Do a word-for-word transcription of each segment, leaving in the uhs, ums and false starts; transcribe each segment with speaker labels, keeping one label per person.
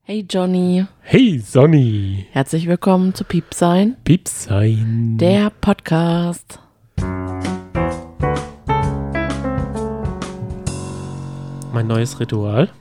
Speaker 1: Hey Johnny.
Speaker 2: Hey Sonny.
Speaker 1: Herzlich willkommen zu Piepsein.
Speaker 2: Piepsein.
Speaker 1: Der Podcast.
Speaker 2: Mein neues Ritual.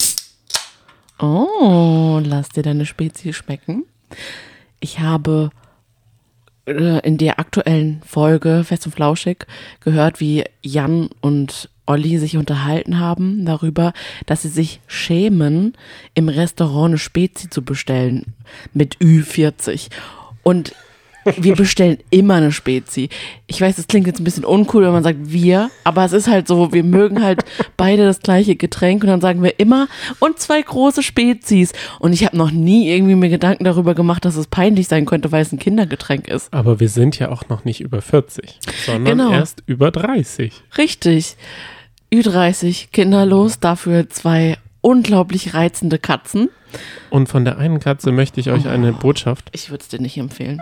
Speaker 1: Oh, lass dir deine Spezie schmecken. Ich habe äh, in der aktuellen Folge Fest und Flauschig gehört, wie Jan und Olli sich unterhalten haben darüber, dass sie sich schämen, im Restaurant eine Spezi zu bestellen mit Ü vierzig. Und wir bestellen immer eine Spezi. Ich weiß, das klingt jetzt ein bisschen uncool, wenn man sagt wir, aber es ist halt so, wir mögen halt beide das gleiche Getränk und dann sagen wir immer und zwei große Spezis. Und ich habe noch nie irgendwie mir Gedanken darüber gemacht, dass es peinlich sein könnte, weil es ein Kindergetränk ist.
Speaker 2: Aber wir sind ja auch noch nicht über vierzig, sondern
Speaker 1: Genau.
Speaker 2: erst über dreißig.
Speaker 1: Richtig. Ü dreißig, kinderlos, dafür zwei unglaublich reizende Katzen.
Speaker 2: Und von der einen Katze möchte ich euch
Speaker 1: Oh.
Speaker 2: eine Botschaft.
Speaker 1: Ich würde es dir nicht empfehlen.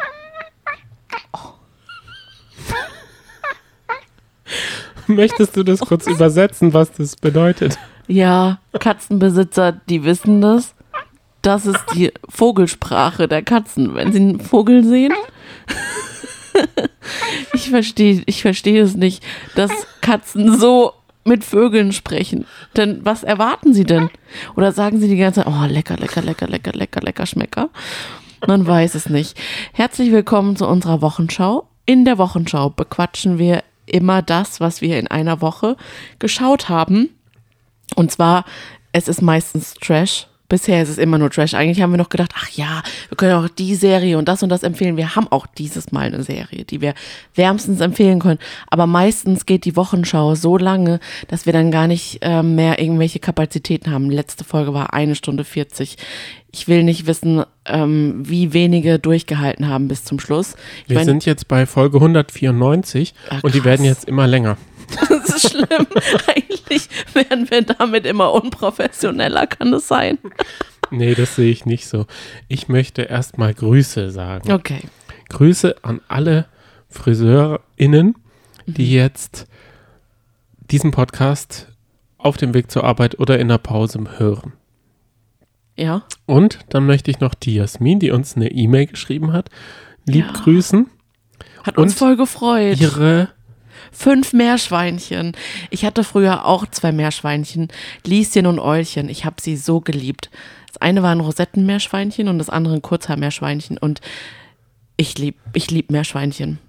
Speaker 2: Möchtest du das kurz übersetzen, was das bedeutet?
Speaker 1: Ja, Katzenbesitzer, die wissen das. Das ist die Vogelsprache der Katzen. Wenn sie einen Vogel sehen. Ich verstehe ich verstehe es nicht, dass Katzen so mit Vögeln sprechen. Denn was erwarten sie denn? Oder sagen sie die ganze Zeit, oh, lecker, lecker, lecker, lecker, lecker, lecker, Schmecker? Man weiß es nicht. Herzlich willkommen zu unserer Wochenschau. In der Wochenschau bequatschen wir immer das, was wir in einer Woche geschaut haben. Und zwar, es ist meistens Trash. Bisher ist es immer nur Trash. Eigentlich haben wir noch gedacht, ach ja, wir können auch die Serie und das und das empfehlen. Wir haben auch dieses Mal eine Serie, die wir wärmstens empfehlen können. Aber meistens geht die Wochenschau so lange, dass wir dann gar nicht äh, mehr irgendwelche Kapazitäten haben. Letzte Folge war eine Stunde vierzig. Ich will nicht wissen, ähm, wie wenige durchgehalten haben bis zum Schluss. Ich
Speaker 2: Wir
Speaker 1: mein,
Speaker 2: sind jetzt bei Folge hundertvierundneunzig
Speaker 1: Ach,
Speaker 2: und die
Speaker 1: krass.
Speaker 2: werden jetzt immer länger.
Speaker 1: Das ist schlimm. Eigentlich werden wir damit immer unprofessioneller, kann das sein?
Speaker 2: Nee, das sehe ich nicht so. Ich möchte erstmal Grüße sagen.
Speaker 1: Okay.
Speaker 2: Grüße an alle FriseurInnen, die jetzt diesen Podcast auf dem Weg zur Arbeit oder in der Pause hören.
Speaker 1: Ja.
Speaker 2: Und dann möchte ich noch die Jasmin, die uns eine E-Mail geschrieben hat, lieb
Speaker 1: Ja.
Speaker 2: grüßen.
Speaker 1: Hat uns
Speaker 2: Und
Speaker 1: voll gefreut.
Speaker 2: Ihre,
Speaker 1: Fünf Meerschweinchen. Ich hatte früher auch zwei Meerschweinchen, Lieschen und Eulchen. Ich habe sie so geliebt. Das eine war ein Rosettenmeerschweinchen und das andere ein Kurzhaarmeerschweinchen. Und ich lieb, ich lieb Meerschweinchen.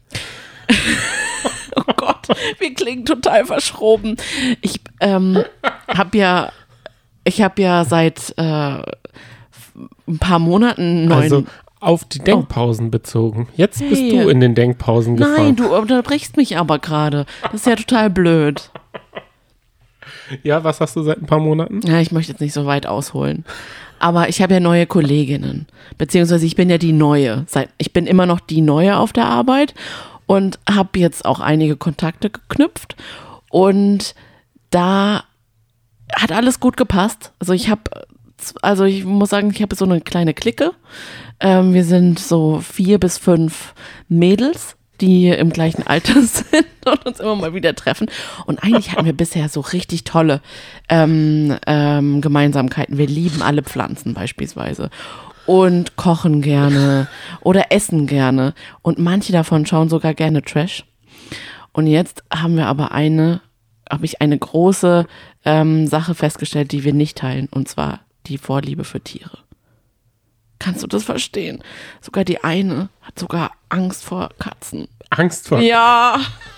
Speaker 1: Oh Gott, wir klingen total verschroben. Ich ähm, habe ja, ich habe ja seit äh, ein paar Monaten einen neuen.
Speaker 2: also auf die Denkpausen bezogen. Jetzt bist
Speaker 1: Hey.
Speaker 2: du in den Denkpausen gefangen.
Speaker 1: Nein, du unterbrichst mich aber gerade. Das ist ja total blöd.
Speaker 2: Ja, was hast du seit ein paar Monaten?
Speaker 1: Ja, ich möchte jetzt nicht so weit ausholen. Aber ich habe ja neue Kolleginnen. Beziehungsweise ich bin ja die Neue. Seit- Ich bin immer noch die Neue auf der Arbeit und habe jetzt auch einige Kontakte geknüpft. Und da hat alles gut gepasst. Also ich habe, also ich muss sagen, ich habe so eine kleine Clique. Ähm, wir sind so vier bis fünf Mädels, die im gleichen Alter sind und uns immer mal wieder treffen. Und eigentlich hatten wir bisher so richtig tolle ähm, ähm, Gemeinsamkeiten. Wir lieben alle Pflanzen beispielsweise und kochen gerne oder essen gerne. Und manche davon schauen sogar gerne Trash. Und jetzt haben wir aber eine, habe ich eine große ähm, Sache festgestellt, die wir nicht teilen. Und zwar die Vorliebe für Tiere. Kannst du das verstehen? Sogar die eine hat sogar Angst vor Katzen.
Speaker 2: Angst vor.
Speaker 1: Ja.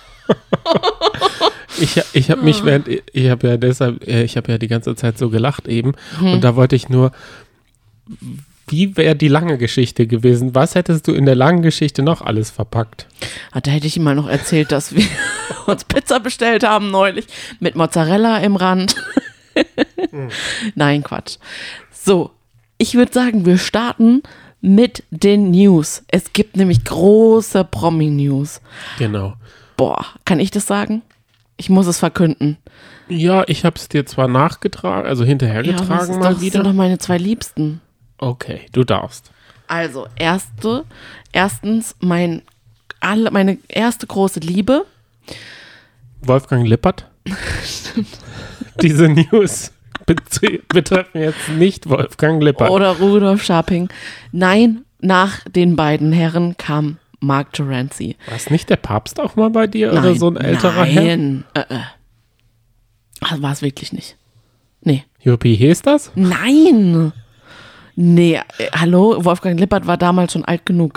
Speaker 2: Ich, ich habe mich während, ich habe ja deshalb, äh, ich habe ja die ganze Zeit so gelacht eben
Speaker 1: Hm.
Speaker 2: und da wollte ich nur, wie wäre die lange Geschichte gewesen? Was hättest du in der langen Geschichte noch alles verpackt?
Speaker 1: Ah, da hätte ich ihm mal noch erzählt, dass wir uns Pizza bestellt haben neulich mit Mozzarella im Rand. Nein, Quatsch. So, ich würde sagen, wir starten mit den News. Es gibt nämlich große Promi-News.
Speaker 2: Genau.
Speaker 1: Boah, kann ich das sagen? Ich muss es verkünden.
Speaker 2: Ja, ich habe es dir zwar nachgetragen, also
Speaker 1: Ja,
Speaker 2: hinterhergetragen
Speaker 1: aber es ist
Speaker 2: mal
Speaker 1: doch, das
Speaker 2: wieder.
Speaker 1: sind doch meine zwei Liebsten.
Speaker 2: Okay, du darfst.
Speaker 1: Also, erste, erstens, mein, alle, meine erste große Liebe.
Speaker 2: Wolfgang Lippert. Diese News betreffen jetzt nicht Wolfgang Lippert.
Speaker 1: Oder Rudolf Scharping. Nein, nach den beiden Herren kam Mark Terenzi.
Speaker 2: War es nicht der Papst auch mal bei dir
Speaker 1: Nein,
Speaker 2: oder so ein älterer Herr?
Speaker 1: Nein, äh, äh. Also war es wirklich nicht. Nee.
Speaker 2: Juppie, hieß das?
Speaker 1: Nein. Nee, äh, hallo, Wolfgang Lippert war damals schon alt genug.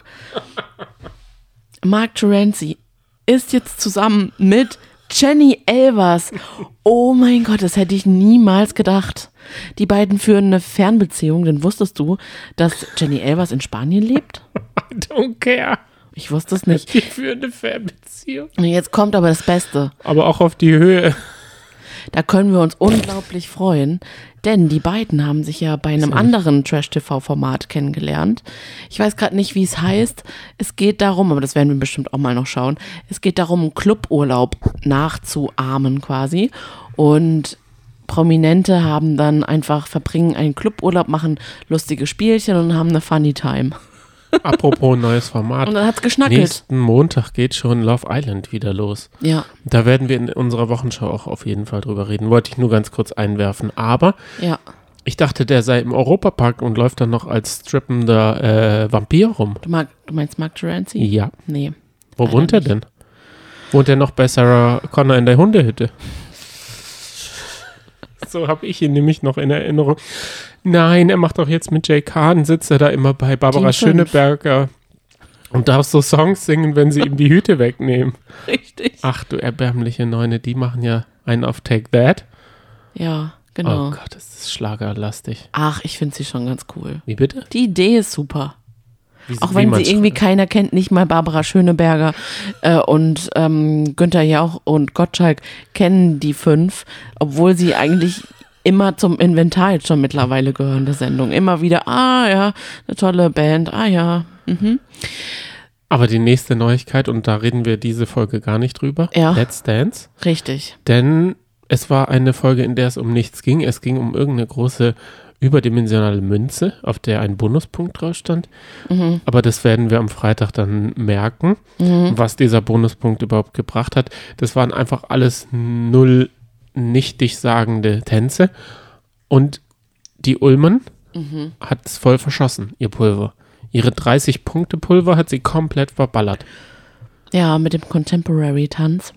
Speaker 1: Mark Terenzi ist jetzt zusammen mit Jenny Elvers. Oh mein Gott, das hätte ich niemals gedacht. Die beiden führen eine Fernbeziehung, denn wusstest du, dass Jenny Elvers in Spanien lebt?
Speaker 2: I don't care.
Speaker 1: Ich wusste es nicht.
Speaker 2: Die führen eine Fernbeziehung.
Speaker 1: Und jetzt kommt aber das Beste.
Speaker 2: Aber auch auf die Höhe.
Speaker 1: Da können wir uns unglaublich freuen, denn die beiden haben sich ja bei einem anderen Trash-T V-Format kennengelernt. Ich weiß gerade nicht, wie es heißt. Es geht darum, aber das werden wir bestimmt auch mal noch schauen, es geht darum, einen Cluburlaub nachzuahmen quasi. Und Prominente haben dann einfach, verbringen einen Cluburlaub, machen lustige Spielchen und haben eine Funny Time.
Speaker 2: Apropos neues Format.
Speaker 1: Und dann hat's geschnackelt.
Speaker 2: Nächsten Montag geht schon Love Island wieder los.
Speaker 1: Ja.
Speaker 2: Da werden wir in unserer Wochenschau auch auf jeden Fall drüber reden. Wollte ich nur ganz kurz einwerfen. Aber
Speaker 1: Ja.
Speaker 2: ich dachte, der sei im Europapark und läuft dann noch als strippender äh, Vampir rum.
Speaker 1: Du, mag, du meinst Mark Terenzi?
Speaker 2: Ja.
Speaker 1: Nee.
Speaker 2: Wo
Speaker 1: Leider
Speaker 2: wohnt er
Speaker 1: nicht.
Speaker 2: denn? Wohnt er noch bei Sarah Connor in der Hundehütte? So habe ich ihn nämlich noch in Erinnerung. Nein, er macht doch jetzt mit Jay Kahn, sitzt er da immer bei Barbara
Speaker 1: Team fünf.
Speaker 2: Schöneberger und darf so Songs singen, wenn sie ihm die Hüte wegnehmen.
Speaker 1: Richtig.
Speaker 2: Ach du erbärmliche Neune, die machen ja einen auf Take That.
Speaker 1: Ja, genau.
Speaker 2: Oh Gott, das ist schlagerlastig.
Speaker 1: Ach, ich finde sie schon ganz cool.
Speaker 2: Wie bitte?
Speaker 1: Die Idee ist super.
Speaker 2: Wie,
Speaker 1: Auch
Speaker 2: wie
Speaker 1: wenn
Speaker 2: man
Speaker 1: sie irgendwie
Speaker 2: schreibt.
Speaker 1: keiner kennt, nicht mal Barbara Schöneberger äh, und ähm, Günther Jauch und Gottschalk kennen die fünf, obwohl sie eigentlich immer zum Inventar jetzt schon mittlerweile gehören der Sendung. Immer wieder, ah ja, eine tolle Band, ah ja. Mhm.
Speaker 2: Aber die nächste Neuigkeit, und da reden wir diese Folge gar nicht drüber,
Speaker 1: Ja.
Speaker 2: Let's Dance.
Speaker 1: Richtig.
Speaker 2: Denn es war eine Folge, in der es um nichts ging. Es ging um irgendeine große überdimensionale Münze, auf der ein Bonuspunkt drauf stand.
Speaker 1: Mhm.
Speaker 2: Aber das werden wir am Freitag dann merken,
Speaker 1: Mhm.
Speaker 2: was dieser Bonuspunkt überhaupt gebracht hat. Das waren einfach alles null nichtig sagende Tänze. Und die Ulmen
Speaker 1: Mhm.
Speaker 2: hat es voll verschossen, ihr Pulver. Ihre dreißig Punkte Pulver hat sie komplett verballert.
Speaker 1: Ja, mit dem Contemporary-Tanz,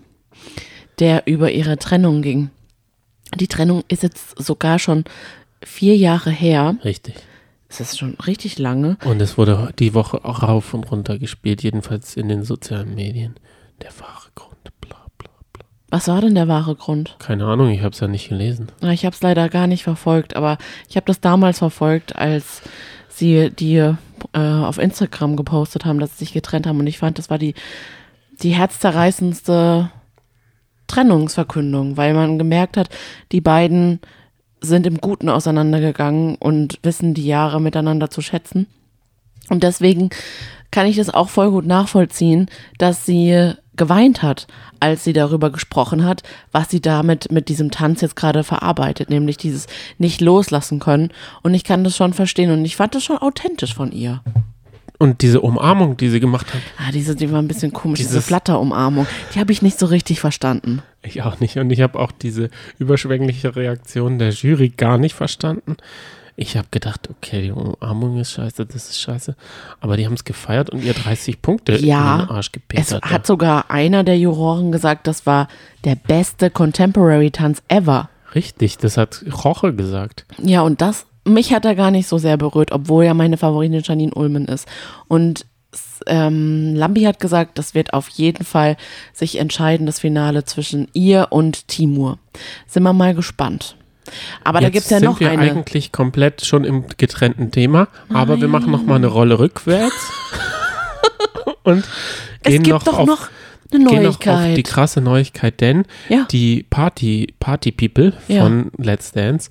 Speaker 1: der über ihre Trennung ging. Die Trennung ist jetzt sogar schon vier Jahre her.
Speaker 2: Richtig.
Speaker 1: Das ist schon richtig lange.
Speaker 2: Und es wurde die Woche auch rauf und runter gespielt, jedenfalls in den sozialen Medien. Der wahre Grund, bla bla bla.
Speaker 1: Was war denn der wahre Grund?
Speaker 2: Keine Ahnung, ich habe es ja nicht gelesen.
Speaker 1: Na, Ich habe es leider gar nicht verfolgt, aber ich habe das damals verfolgt, als sie die äh, auf Instagram gepostet haben, dass sie sich getrennt haben. Und ich fand, das war die, die herzzerreißendste Trennungsverkündung, weil man gemerkt hat, die beiden sind im Guten auseinandergegangen und wissen die Jahre miteinander zu schätzen. Und deswegen kann ich das auch voll gut nachvollziehen, dass sie geweint hat, als sie darüber gesprochen hat, was sie damit mit diesem Tanz jetzt gerade verarbeitet, nämlich dieses nicht loslassen können. Und ich kann das schon verstehen und ich fand das schon authentisch von ihr.
Speaker 2: Und diese Umarmung, die sie gemacht hat,
Speaker 1: Ah, diese, die war ein bisschen komisch, diese
Speaker 2: Dieses-
Speaker 1: Flatterumarmung, die habe ich nicht so richtig verstanden.
Speaker 2: ich auch nicht. Und ich habe auch diese überschwängliche Reaktion der Jury gar nicht verstanden. Ich habe gedacht, okay, die Umarmung ist scheiße, das ist scheiße. Aber die haben es gefeiert und ihr dreißig Punkte
Speaker 1: Ja,
Speaker 2: in den Arsch
Speaker 1: Es
Speaker 2: gepetert.
Speaker 1: hat sogar einer der Juroren gesagt, das war der beste Contemporary-Tanz ever.
Speaker 2: Richtig, das hat Roche gesagt.
Speaker 1: Ja, und das, mich hat er gar nicht so sehr berührt, obwohl ja meine Favoritin Janine Ullman ist. Und ähm, Lambi hat gesagt, das wird auf jeden Fall sich entscheiden, das Finale zwischen ihr und Timur. Sind wir mal gespannt. Aber da
Speaker 2: Jetzt
Speaker 1: gibt es ja
Speaker 2: sind
Speaker 1: noch
Speaker 2: wir
Speaker 1: eine.
Speaker 2: eigentlich komplett schon im getrennten Thema, aber wir machen noch mal eine Rolle rückwärts und
Speaker 1: Es
Speaker 2: gehen
Speaker 1: gibt
Speaker 2: noch
Speaker 1: doch
Speaker 2: auf,
Speaker 1: noch eine
Speaker 2: gehen noch auf
Speaker 1: Neuigkeit.
Speaker 2: die krasse Neuigkeit, denn
Speaker 1: Ja.
Speaker 2: die Party, Party People
Speaker 1: Ja.
Speaker 2: von Let's Dance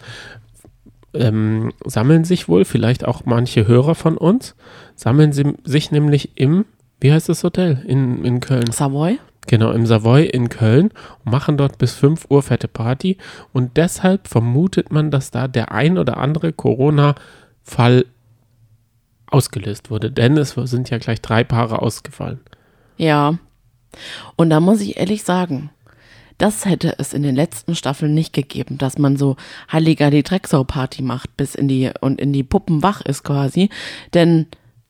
Speaker 2: ähm, sammeln sich wohl, vielleicht auch manche Hörer von uns, sammeln sie, sich nämlich im, wie heißt das Hotel in, in Köln?
Speaker 1: Savoy?
Speaker 2: Genau, im Savoy in Köln und machen dort bis fünf Uhr fette Party und deshalb vermutet man, dass da der ein oder andere Corona-Fall ausgelöst wurde, denn es sind ja gleich drei Paare ausgefallen.
Speaker 1: Ja. Und da muss ich ehrlich sagen, Das hätte es in den letzten Staffeln nicht gegeben, dass man so Halligalli Drecksau-Party macht bis in die und in die Puppen wach ist quasi. Denn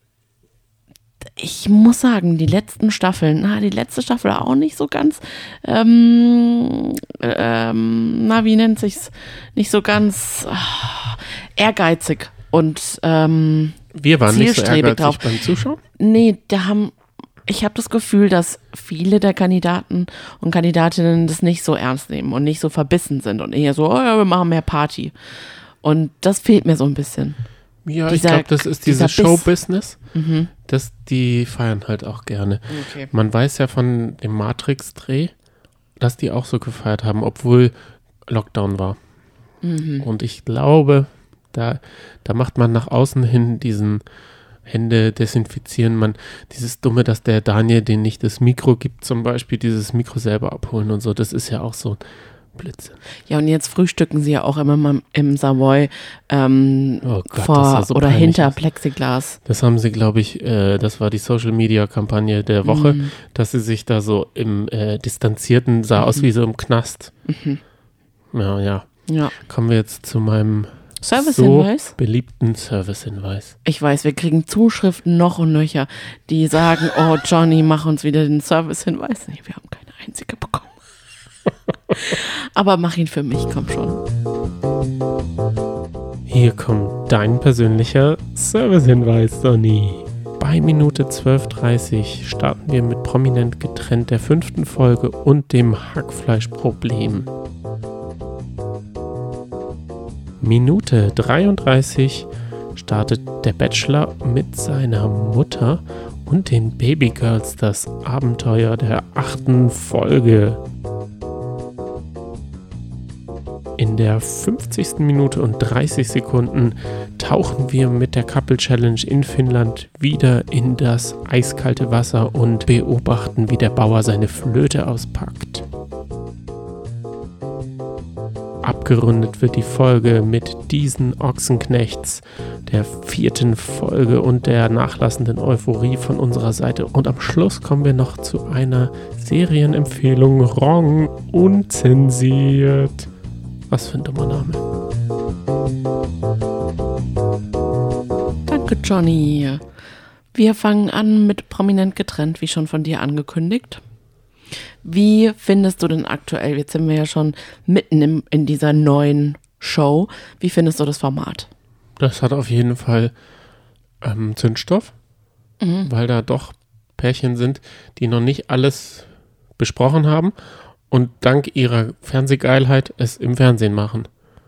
Speaker 1: ich muss sagen, die letzten Staffeln, na, die letzte Staffel auch nicht so ganz, ähm, ähm, na, wie nennt sich's, nicht so ganz ah, ehrgeizig und ähm,
Speaker 2: Wir waren nicht so ehrgeizig
Speaker 1: drauf.
Speaker 2: beim Zuschauen?
Speaker 1: Nee, da haben, ich habe das Gefühl, dass viele der Kandidaten und Kandidatinnen das nicht so ernst nehmen und nicht so verbissen sind und eher so, oh ja, wir machen mehr Party. Und das fehlt mir so ein bisschen.
Speaker 2: Ja,
Speaker 1: Dieser,
Speaker 2: ich glaube, das ist dieses Show-Business.
Speaker 1: Mhm.
Speaker 2: Das, die feiern halt auch gerne.
Speaker 1: Okay.
Speaker 2: Man weiß ja von dem Matrix-Dreh, dass die auch so gefeiert haben, obwohl Lockdown war.
Speaker 1: Mhm.
Speaker 2: Und ich glaube, da, da macht man nach außen hin diesen Hände desinfizieren, man dieses Dumme, dass der Daniel denen nicht das Mikro gibt, zum Beispiel dieses Mikro selber abholen und so, das ist ja auch so Blödsinn.
Speaker 1: Ja, und jetzt frühstücken sie ja auch immer mal im Savoy ähm,
Speaker 2: Oh Gott,
Speaker 1: vor
Speaker 2: das sah so
Speaker 1: oder
Speaker 2: peinlich
Speaker 1: hinter
Speaker 2: aus.
Speaker 1: Plexiglas.
Speaker 2: Das haben sie, glaube ich, äh, das war die Social-Media-Kampagne der Woche,
Speaker 1: Mhm.
Speaker 2: dass sie sich da so im äh, Distanzierten, sah
Speaker 1: Mhm.
Speaker 2: aus wie so im Knast.
Speaker 1: Mhm.
Speaker 2: Ja, ja.
Speaker 1: Ja.
Speaker 2: Kommen wir jetzt zu meinem
Speaker 1: Servicehinweis?
Speaker 2: so beliebten Servicehinweis.
Speaker 1: Ich weiß, wir kriegen Zuschriften noch und nöcher, die sagen, oh Johnny, mach uns wieder den Servicehinweis. Nee, wir haben keine einzige bekommen. Aber mach ihn für mich, komm schon.
Speaker 2: Hier kommt dein persönlicher Servicehinweis, Sonny. Bei Minute zwölf Uhr dreißig starten wir mit Prominent getrennt der fünften Folge und dem Hackfleischproblem. Minute dreiunddreißig startet der Bachelor mit seiner Mutter und den Babygirls das Abenteuer der achten Folge. In der fünfzigsten Minute und dreißig Sekunden tauchen wir mit der Couple Challenge in Finnland wieder in das eiskalte Wasser und beobachten, wie der Bauer seine Flöte auspackt. Abgerundet wird die Folge mit diesen Ochsenknechts, der vierten Folge und der nachlassenden Euphorie von unserer Seite. Und am Schluss kommen wir noch zu einer Serienempfehlung, Wrong, unzensiert. Was für ein dummer Name.
Speaker 1: Danke, Johnny. Wir fangen an mit Prominent getrennt, wie schon von dir angekündigt. Wie findest du denn aktuell, jetzt sind wir ja schon mitten im, in dieser neuen Show, wie findest du das Format?
Speaker 2: Das hat auf jeden Fall ähm, Zündstoff,
Speaker 1: Mhm.
Speaker 2: weil da doch Pärchen sind, die noch nicht alles besprochen haben und dank ihrer Fernsehgeilheit es im Fernsehen machen.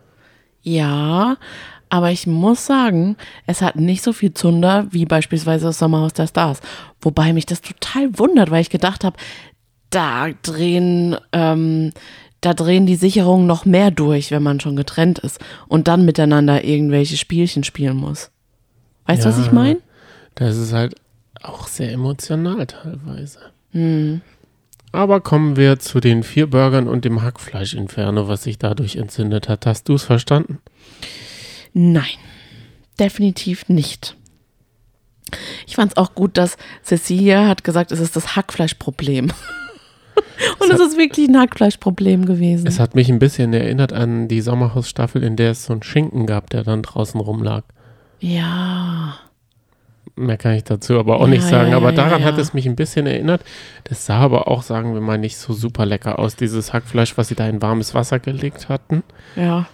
Speaker 1: Ja, aber ich muss sagen, es hat nicht so viel Zunder wie beispielsweise das Sommerhaus der Stars. Wobei mich das total wundert, weil ich gedacht habe, da drehen, ähm, da drehen die Sicherungen noch mehr durch, wenn man schon getrennt ist und dann miteinander irgendwelche Spielchen spielen muss. Weißt du,
Speaker 2: Ja,
Speaker 1: was ich meine?
Speaker 2: Das ist halt auch sehr emotional teilweise.
Speaker 1: Hm.
Speaker 2: Aber kommen wir zu den vier Burgern und dem Hackfleisch-Inferno, was sich dadurch entzündet hat. Hast du es verstanden?
Speaker 1: Nein, definitiv nicht. Ich fand es auch gut, dass Cecilia hat gesagt, es ist das Hackfleischproblem. Und es,
Speaker 2: Es hat-
Speaker 1: ist wirklich ein Hackfleischproblem gewesen.
Speaker 2: Es hat mich ein bisschen erinnert an die Sommerhausstaffel, in der es so einen Schinken gab, der dann draußen rumlag.
Speaker 1: Ja.
Speaker 2: Mehr kann ich dazu aber auch
Speaker 1: Ja,
Speaker 2: nicht sagen.
Speaker 1: ja,
Speaker 2: aber
Speaker 1: ja,
Speaker 2: daran
Speaker 1: ja,
Speaker 2: hat
Speaker 1: ja.
Speaker 2: es mich ein bisschen erinnert. Das sah aber auch, sagen wir mal, nicht so super lecker aus. Dieses Hackfleisch, was sie da in warmes Wasser gelegt hatten.
Speaker 1: Ja.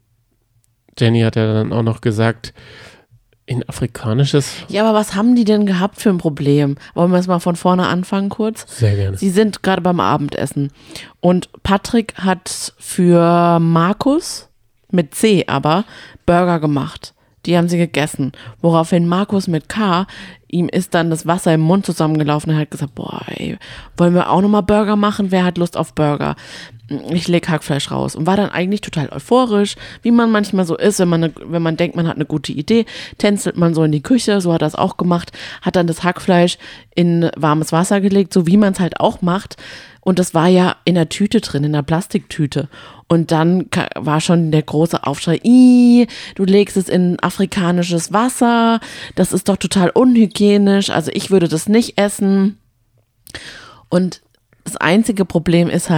Speaker 2: Jenny hat ja dann auch noch gesagt, in afrikanisches.
Speaker 1: Ja, aber was haben die denn gehabt für ein Problem? Wollen wir es mal von vorne anfangen kurz?
Speaker 2: Sehr gerne.
Speaker 1: Sie sind gerade beim Abendessen und Patrick hat für Markus, mit C aber, Burger gemacht. Die haben sie gegessen. Woraufhin Markus mit K, ihm ist dann das Wasser im Mund zusammengelaufen und er hat gesagt, boah, ey, wollen wir auch nochmal Burger machen? Wer hat Lust auf Burger? Ich leg Hackfleisch raus und war dann eigentlich total euphorisch, wie man manchmal so ist, wenn man, ne, wenn man denkt, man hat eine gute Idee, tänzelt man so in die Küche, so hat er es auch gemacht, hat dann das Hackfleisch in warmes Wasser gelegt, so wie man es halt auch macht. Und das war ja in der Tüte drin, in der Plastiktüte. Und dann ka- war schon der große Aufschrei, Ih, du legst es in afrikanisches Wasser, das ist doch total unhygienisch, also ich würde das nicht essen. Und das einzige Problem ist halt,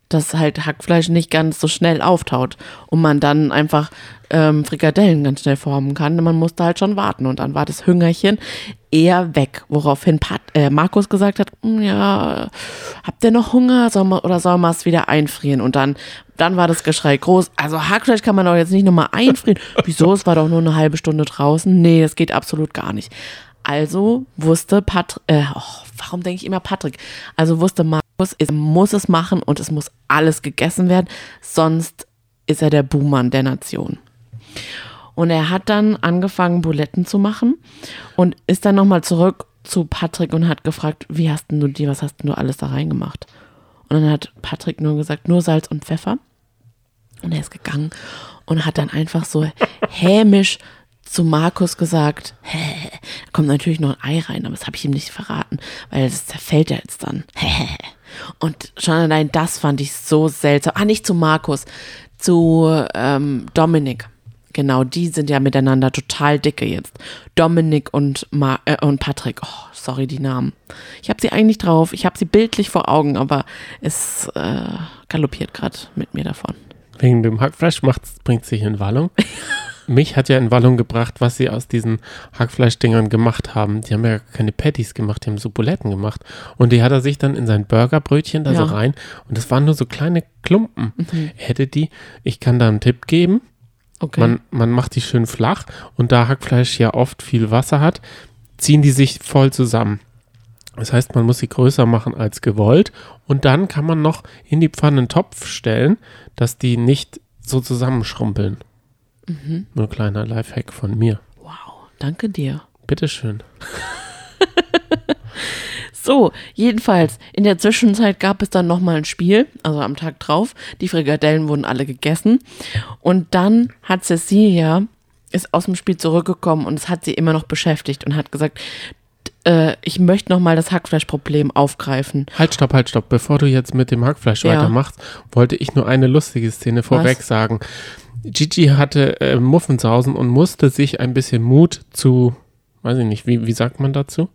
Speaker 1: dass halt Hackfleisch nicht ganz so schnell auftaut und man dann einfach ähm, Frikadellen ganz schnell formen kann. Man musste halt schon warten und dann war das Hüngerchen eher weg, woraufhin Pat, äh, Markus gesagt hat, ja, habt ihr noch Hunger soll man, oder soll man es wieder einfrieren? Und dann, dann war das Geschrei groß, also Hackfleisch kann man doch jetzt nicht nochmal einfrieren. Wieso, es war doch nur eine halbe Stunde draußen. Nee, das geht absolut gar nicht. Also wusste Patrick, äh, oh, warum denke ich immer Patrick? Also wusste Markus, er muss es machen und es muss alles gegessen werden, sonst ist er der Buhmann der Nation. Und er hat dann angefangen, Buletten zu machen und ist dann nochmal zurück zu Patrick und hat gefragt, wie hast denn du die, was hast denn du alles da reingemacht? Und dann hat Patrick nur gesagt, nur Salz und Pfeffer. Und er ist gegangen und hat dann einfach so hämisch zu Markus gesagt, hä, da kommt natürlich noch ein Ei rein, aber das habe ich ihm nicht verraten, weil das zerfällt ja jetzt dann. Und schon allein das fand ich so seltsam. Ah, nicht zu Markus, zu ähm, Dominik. Genau, die sind ja miteinander total dicke jetzt. Dominik und, Ma- äh, und Patrick. Oh, sorry, die Namen. Ich habe sie eigentlich drauf, ich habe sie bildlich vor Augen, aber es äh, galoppiert gerade mit mir davon.
Speaker 2: Wegen dem Hackfleisch bringt sich in Wallung. Mich hat ja in Wallung gebracht, was sie aus diesen Hackfleischdingern gemacht haben. Die haben ja keine Patties gemacht, die haben so Buletten gemacht. Und die hat er sich dann in sein Burgerbrötchen da ja. so rein. Und das waren nur so kleine Klumpen. Mhm. Er hätte die, ich kann da einen Tipp geben. Okay. Man, man macht die schön flach. Und da Hackfleisch ja oft viel Wasser hat, ziehen die sich voll zusammen. Das heißt, man muss sie größer machen als gewollt. Und dann kann man noch in die Pfanne einen Topf stellen, dass die nicht so zusammenschrumpeln. Mhm. Nur ein kleiner Lifehack von mir.
Speaker 1: Wow, danke dir.
Speaker 2: Bitteschön.
Speaker 1: So, jedenfalls, in der Zwischenzeit gab es dann nochmal ein Spiel, also am Tag drauf. Die Frikadellen wurden alle gegessen. Und dann hat Cecilia, ist aus dem Spiel zurückgekommen und es hat sie immer noch beschäftigt und hat gesagt, äh, ich möchte nochmal das Hackfleischproblem aufgreifen.
Speaker 2: Halt, stopp, halt, stopp. Bevor du jetzt mit dem Hackfleisch ja. weitermachst, wollte ich nur eine lustige Szene vorweg Was? sagen. Gigi hatte äh, Muffensausen und musste sich ein bisschen Mut zu, weiß ich nicht, wie, wie sagt man dazu?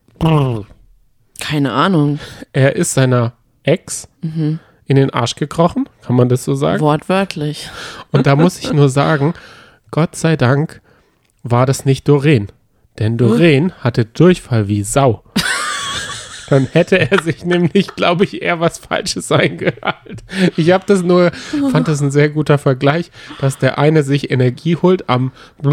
Speaker 1: Keine Ahnung.
Speaker 2: Er ist seiner Ex mhm. in den Arsch gekrochen, kann man das so sagen?
Speaker 1: Wortwörtlich.
Speaker 2: Und da muss ich nur sagen, Gott sei Dank war das nicht Doreen. Denn Doreen hatte Durchfall wie Sau. Dann hätte er sich nämlich, glaube ich, eher was Falsches eingehalt. Ich habe das nur, fand das ein sehr guter Vergleich, dass der eine sich Energie holt am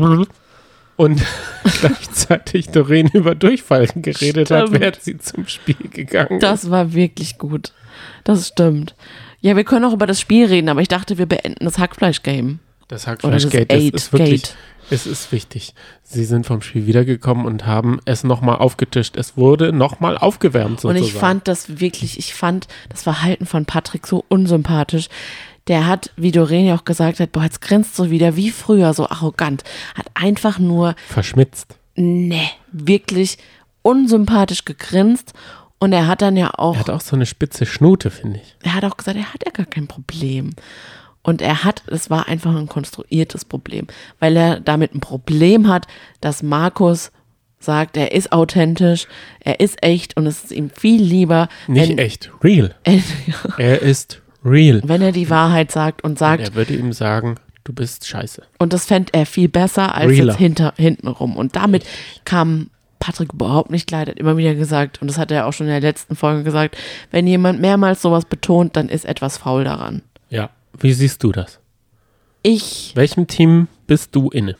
Speaker 2: und gleichzeitig Doreen über Durchfall geredet stimmt. hat, während sie zum Spiel gegangen ist.
Speaker 1: Das war wirklich gut. Das stimmt. Ja, wir können auch über das Spiel reden, aber ich dachte, wir beenden das Hackfleisch-Game.
Speaker 2: Das Hackfleisch-Gate ist, ist wirklich, es ist wichtig. Sie sind vom Spiel wiedergekommen und haben es nochmal aufgetischt. Es wurde nochmal aufgewärmt sozusagen.
Speaker 1: Und ich fand das wirklich, ich fand das Verhalten von Patrick so unsympathisch. Der hat, wie Doreen ja auch gesagt hat, boah, jetzt grinst so wieder wie früher, so arrogant. Hat einfach nur
Speaker 2: verschmitzt.
Speaker 1: Ne, wirklich unsympathisch gegrinst. Und er hat dann ja auch.
Speaker 2: Er hat auch so eine spitze Schnute, finde ich.
Speaker 1: Er hat auch gesagt, er hat ja gar kein Problem. Und er hat, es war einfach ein konstruiertes Problem, weil er damit ein Problem hat, dass Markus sagt, er ist authentisch, er ist echt und es ist ihm viel lieber.
Speaker 2: Nicht
Speaker 1: wenn,
Speaker 2: echt, real. Äh, er ist real.
Speaker 1: Wenn er die Wahrheit sagt und sagt.
Speaker 2: Und er würde ihm sagen, du bist scheiße.
Speaker 1: Und das fände er viel besser als Realer. Jetzt hinter, hintenrum. Und damit kam Patrick überhaupt nicht klar, hat immer wieder gesagt, und das hat er auch schon in der letzten Folge gesagt, wenn jemand mehrmals sowas betont, dann ist etwas faul daran.
Speaker 2: Ja. Wie siehst du das?
Speaker 1: Ich.
Speaker 2: Welchem Team bist du inne?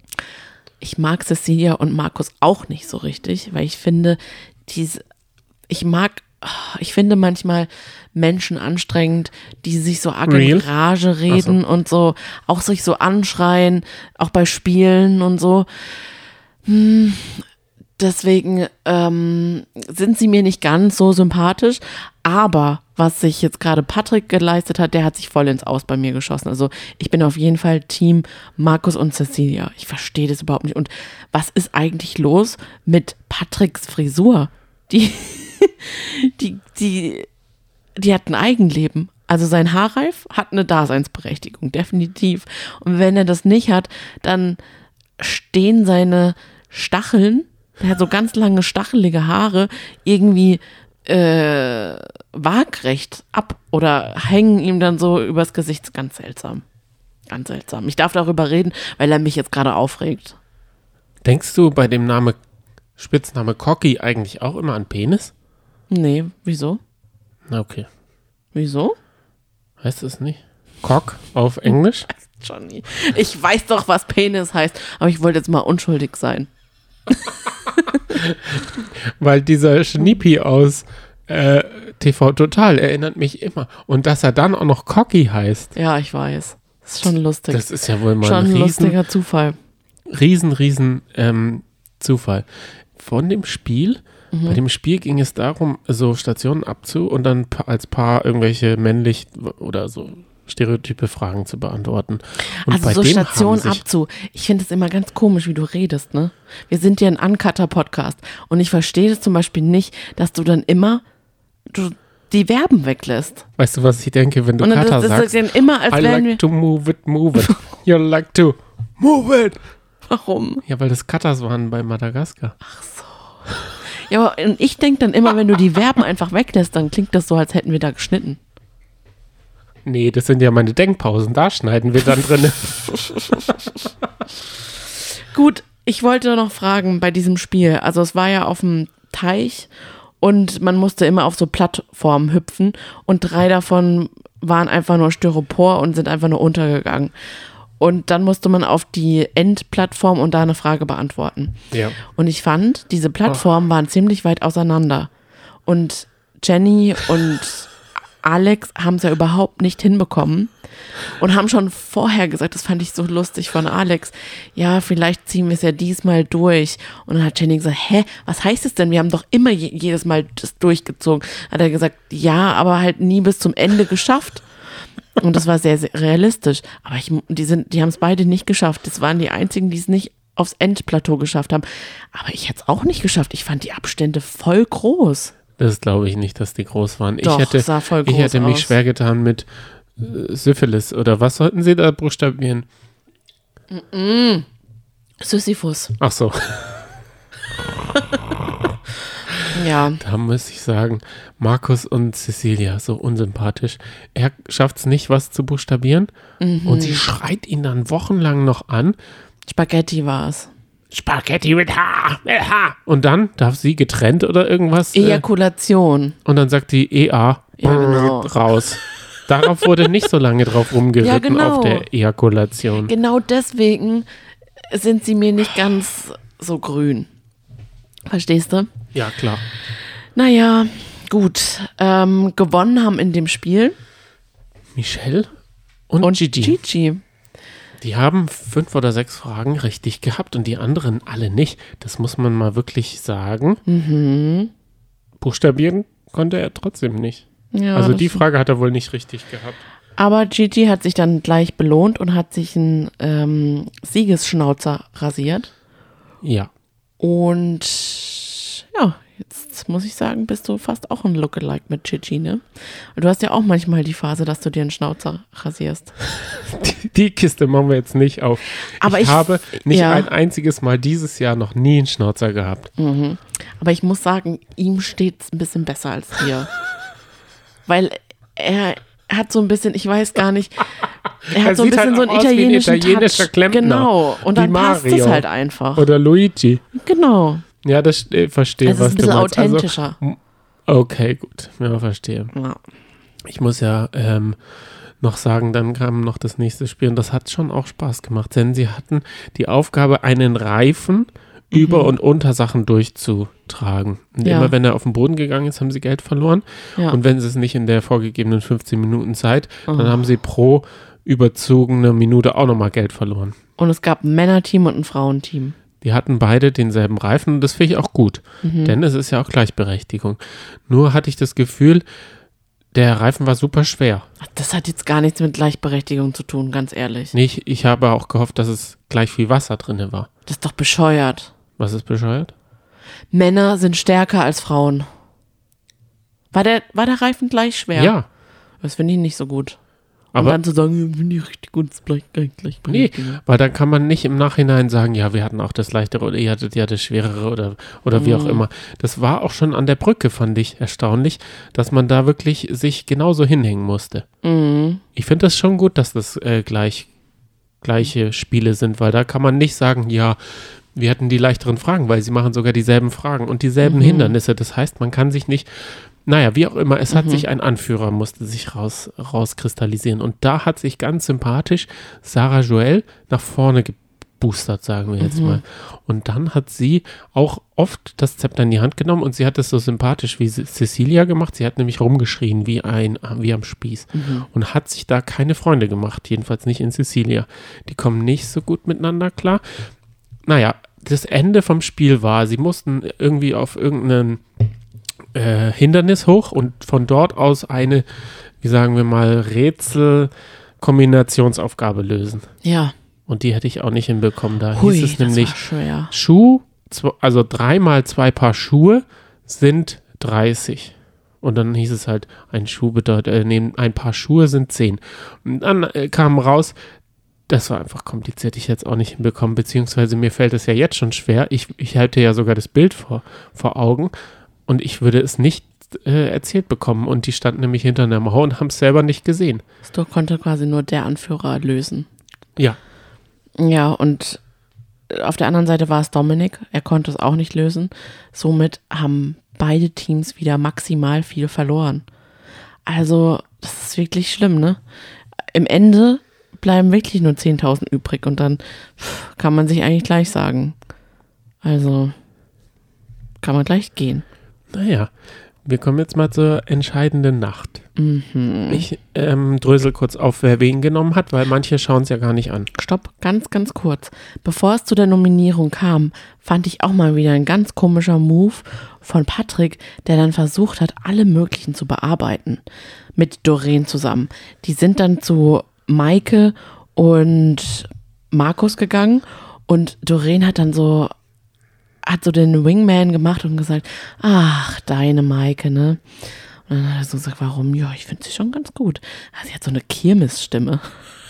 Speaker 1: Ich mag Cecilia und Markus auch nicht so richtig, weil ich finde, diese, ich mag, ich finde manchmal Menschen anstrengend, die sich so arg in Rage reden so. Und so, auch sich so anschreien, auch bei Spielen und so. Hm. Deswegen ähm, sind sie mir nicht ganz so sympathisch, aber was sich jetzt gerade Patrick geleistet hat, der hat sich voll ins Aus bei mir geschossen. Also ich bin auf jeden Fall Team Markus und Cecilia. Ich verstehe das überhaupt nicht. Und was ist eigentlich los mit Patricks Frisur? Die, die, die, die hat ein Eigenleben. Also sein Haarreif hat eine Daseinsberechtigung, definitiv. Und wenn er das nicht hat, dann stehen seine Stacheln, er hat so ganz lange stachelige Haare, irgendwie äh, waagrecht ab oder hängen ihm dann so übers Gesicht. Ganz seltsam. Ganz seltsam. Ich darf darüber reden, weil er mich jetzt gerade aufregt.
Speaker 2: Denkst du bei dem Name, Spitzname Cocky eigentlich auch immer an Penis?
Speaker 1: Nee, wieso?
Speaker 2: Na okay.
Speaker 1: Wieso?
Speaker 2: Heißt es nicht? Cock auf Englisch?
Speaker 1: Johnny, ich weiß doch, was Penis heißt, aber ich wollte jetzt mal unschuldig sein.
Speaker 2: Weil dieser Schniepi aus äh, T V Total erinnert mich immer. Und dass er dann auch noch Cocky heißt.
Speaker 1: Ja, ich weiß. Das ist schon lustig.
Speaker 2: Das ist ja wohl mal
Speaker 1: schon
Speaker 2: ein
Speaker 1: ein
Speaker 2: riesen,
Speaker 1: lustiger Zufall.
Speaker 2: riesen, riesen ähm, Zufall. Von dem Spiel, mhm. bei dem Spiel ging es darum, so Stationen abzu und dann pa- als Paar irgendwelche männlich oder so stereotype Fragen zu beantworten. Und
Speaker 1: also
Speaker 2: bei
Speaker 1: so
Speaker 2: dem
Speaker 1: Station
Speaker 2: haben sich,
Speaker 1: abzu. Ich finde es immer ganz komisch, wie du redest, ne? Wir sind ja ein Uncutter-Podcast und ich verstehe das zum Beispiel nicht, dass du dann immer du die Verben weglässt.
Speaker 2: Weißt du, was ich denke, wenn du
Speaker 1: und dann
Speaker 2: Cutter
Speaker 1: das, das
Speaker 2: sagst?
Speaker 1: ist dann immer, als
Speaker 2: I
Speaker 1: wären wir,
Speaker 2: like to move it, move it. You like to move it.
Speaker 1: warum?
Speaker 2: Ja, weil das Cutters waren bei Madagaskar.
Speaker 1: Ja, aber und ich denke dann immer, wenn du die Verben einfach weglässt, dann klingt das so, als hätten wir da geschnitten.
Speaker 2: Nee, das sind ja meine Denkpausen. Da schneiden wir dann drin.
Speaker 1: Gut, ich wollte noch fragen bei diesem Spiel. Also es war ja auf dem Teich und man musste immer auf so Plattformen hüpfen und drei davon waren einfach nur Styropor und sind einfach nur untergegangen. Und dann musste man auf die Endplattform und da eine Frage beantworten.
Speaker 2: Ja.
Speaker 1: Und ich fand, diese Plattformen waren ziemlich weit auseinander. Und Jenny und Alex haben es ja überhaupt nicht hinbekommen und haben schon vorher gesagt, das fand ich so lustig von Alex, ja, vielleicht ziehen wir es ja diesmal durch. Und dann hat Jenny gesagt, hä, was heißt es denn? Wir haben doch immer je- jedes Mal das durchgezogen. Hat er gesagt, ja, aber halt nie bis zum Ende geschafft. Und das war sehr, sehr realistisch. Aber ich, die sind, die haben es beide nicht geschafft. Das waren die einzigen, die es nicht aufs Endplateau geschafft haben. Aber ich hätte es auch nicht geschafft. Ich fand die Abstände voll groß.
Speaker 2: Das glaube ich nicht, dass die groß waren.
Speaker 1: Doch,
Speaker 2: ich hätte,
Speaker 1: sah voll groß
Speaker 2: ich hätte mich
Speaker 1: aus.
Speaker 2: schwer getan mit äh, Syphilis. Oder was sollten sie da buchstabieren?
Speaker 1: Sisyphus.
Speaker 2: Ach so,
Speaker 1: Ja.
Speaker 2: da muss ich sagen, Markus und Cecilia, so unsympathisch. Er schafft es nicht, was zu buchstabieren. Und sie schreit ihn dann wochenlang noch an.
Speaker 1: Spaghetti war es.
Speaker 2: Spaghetti mit H, mit H. Und dann darf sie getrennt oder irgendwas. Äh,
Speaker 1: Ejakulation.
Speaker 2: und dann sagt die E A
Speaker 1: Ja, genau.
Speaker 2: raus. Darauf wurde nicht so lange drauf rumgeritten,
Speaker 1: Ja, genau.
Speaker 2: auf der Ejakulation.
Speaker 1: Genau deswegen sind sie mir nicht ganz so grün. Verstehst du?
Speaker 2: Ja, klar.
Speaker 1: Naja, gut. Ähm, gewonnen haben in dem Spiel.
Speaker 2: Michelle und,
Speaker 1: Und
Speaker 2: Gigi.
Speaker 1: Gigi.
Speaker 2: Die haben fünf oder sechs Fragen richtig gehabt und die anderen alle nicht. Das muss man mal wirklich sagen.
Speaker 1: Mhm.
Speaker 2: Buchstabieren konnte er trotzdem nicht.
Speaker 1: Ja,
Speaker 2: also
Speaker 1: das-
Speaker 2: die Frage hat er wohl nicht richtig gehabt.
Speaker 1: Aber Gigi hat sich dann gleich belohnt und hat sich einen ähm, Siegesschnauzer rasiert.
Speaker 2: Ja.
Speaker 1: Und ja, jetzt muss ich sagen, bist du fast auch ein Lookalike mit Gigi, ne? Und du hast ja auch manchmal die Phase, dass du dir einen Schnauzer rasierst.
Speaker 2: Die, die Kiste machen wir jetzt nicht auf.
Speaker 1: Aber
Speaker 2: ich,
Speaker 1: ich-
Speaker 2: habe nicht
Speaker 1: ja.
Speaker 2: ein einziges Mal dieses Jahr noch nie einen Schnauzer gehabt.
Speaker 1: Aber ich muss sagen, ihm steht es ein bisschen besser als dir. Weil er hat so ein bisschen, ich weiß gar nicht, er hat
Speaker 2: Er
Speaker 1: so ein
Speaker 2: sieht halt
Speaker 1: bisschen so einen
Speaker 2: auch aus wie ein
Speaker 1: italienischen
Speaker 2: italienischer
Speaker 1: Touch.
Speaker 2: Klempner.
Speaker 1: Genau. Und
Speaker 2: Wie
Speaker 1: dann passt es
Speaker 2: Mario.
Speaker 1: halt einfach.
Speaker 2: Oder Luigi.
Speaker 1: Genau.
Speaker 2: Ja, das äh, verstehe,
Speaker 1: Es ist
Speaker 2: was
Speaker 1: ein
Speaker 2: du
Speaker 1: bisschen
Speaker 2: meinst.
Speaker 1: authentischer.
Speaker 2: Also, okay, gut. Ja, verstehe.
Speaker 1: Ja.
Speaker 2: Ich muss ja ähm, noch sagen, dann kam noch das nächste Spiel und das hat schon auch Spaß gemacht, denn sie hatten die Aufgabe, einen Reifen über- und unter Sachen durchzutragen. Und
Speaker 1: Ja.
Speaker 2: immer wenn er auf den Boden gegangen ist, haben sie Geld verloren.
Speaker 1: Ja.
Speaker 2: Und wenn sie es nicht in der vorgegebenen fünfzehn Minuten Zeit, dann
Speaker 1: Oh.
Speaker 2: haben sie pro überzogene Minute auch nochmal Geld verloren.
Speaker 1: Und es gab ein Männerteam und ein Frauenteam.
Speaker 2: Die hatten beide denselben Reifen und das finde ich auch gut,
Speaker 1: Mhm.
Speaker 2: denn es ist ja auch Gleichberechtigung. Nur hatte ich das Gefühl, der Reifen war super schwer.
Speaker 1: Das hat jetzt gar nichts mit Gleichberechtigung zu tun, ganz ehrlich.
Speaker 2: Nicht, ich habe auch gehofft, dass es gleich viel Wasser drin war.
Speaker 1: Das ist doch bescheuert.
Speaker 2: Was ist bescheuert?
Speaker 1: Männer sind stärker als Frauen. War der, war der Reifen gleich schwer?
Speaker 2: Ja.
Speaker 1: Das finde ich nicht so gut.
Speaker 2: Aber
Speaker 1: und dann zu sagen, finde ich richtig gut, ist gleich, gleich, gleich.
Speaker 2: Nee, weil dann kann man nicht im Nachhinein sagen, ja, wir hatten auch das Leichtere oder ihr hattet ja das Schwerere oder, oder wie auch
Speaker 1: Mhm.
Speaker 2: immer. Das war auch schon an der Brücke, fand ich erstaunlich, dass man da wirklich sich genauso hinhängen musste.
Speaker 1: Mhm.
Speaker 2: Ich finde das schon gut, dass das äh, gleich, gleiche Spiele sind, weil da kann man nicht sagen, ja, wir hatten die leichteren Fragen, weil sie machen sogar dieselben Fragen und dieselben
Speaker 1: Mhm.
Speaker 2: Hindernisse. Das heißt, man kann sich nicht, naja, wie auch immer, es hat
Speaker 1: Mhm.
Speaker 2: sich ein Anführer, musste sich raus, rauskristallisieren. Und da hat sich ganz sympathisch Sarah Joel nach vorne geboostert, sagen wir jetzt
Speaker 1: Mhm.
Speaker 2: mal. Und dann hat sie auch oft das Zepter in die Hand genommen und sie hat es so sympathisch wie Cecilia gemacht. Sie hat nämlich rumgeschrien wie, ein, wie am Spieß
Speaker 1: Mhm.
Speaker 2: und hat sich da keine Freunde gemacht, jedenfalls nicht in Cecilia. Die kommen nicht so gut miteinander klar. Naja, das Ende vom Spiel war, sie mussten irgendwie auf irgendeinen äh, Hindernis hoch und von dort aus eine, wie sagen wir mal, Rätsel-Kombinationsaufgabe lösen.
Speaker 1: Ja.
Speaker 2: Und die hätte ich auch nicht hinbekommen. Da
Speaker 1: Hui,
Speaker 2: hieß es
Speaker 1: das
Speaker 2: nämlich,
Speaker 1: war schwer.
Speaker 2: Schuh, zw- also dreimal zwei Paar Schuhe sind dreißig. Und dann hieß es halt, ein Schuh bedeutet, äh, nee, ein Paar Schuhe sind zehn. Und dann äh, kam raus, das war einfach kompliziert, ich hätte es auch nicht hinbekommen, beziehungsweise mir fällt es ja jetzt schon schwer. Ich, ich halte ja sogar das Bild vor, vor Augen und ich würde es nicht äh, erzählt bekommen. Und die standen nämlich hinter einer Mauer und haben es selber nicht gesehen.
Speaker 1: Das konnte quasi nur der Anführer lösen.
Speaker 2: Ja.
Speaker 1: Ja, und auf der anderen Seite war es Dominik. Er konnte es auch nicht lösen. Somit haben beide Teams wieder maximal viel verloren. Also, das ist wirklich schlimm, ne? Im Ende bleiben wirklich nur zehntausend übrig und dann pff, kann man sich eigentlich gleich sagen. Also, kann man gleich gehen.
Speaker 2: Naja, wir kommen jetzt mal zur entscheidenden Nacht.
Speaker 1: Mhm.
Speaker 2: Ich ähm, drösel kurz auf, wer wen genommen hat, weil manche schauen es ja gar nicht an.
Speaker 1: Stopp, ganz, ganz kurz. Bevor es zu der Nominierung kam, fand ich auch mal wieder ein ganz komischer Move von Patrick, der dann versucht hat, alle möglichen zu bearbeiten. Mit Doreen zusammen. Die sind dann zu Maike und Markus gegangen und Doreen hat dann so, hat so den Wingman gemacht und gesagt, ach, deine Maike, ne? Und dann hat er so gesagt, warum? Ja, ich finde sie schon ganz gut. Sie hat so eine Kirmesstimme.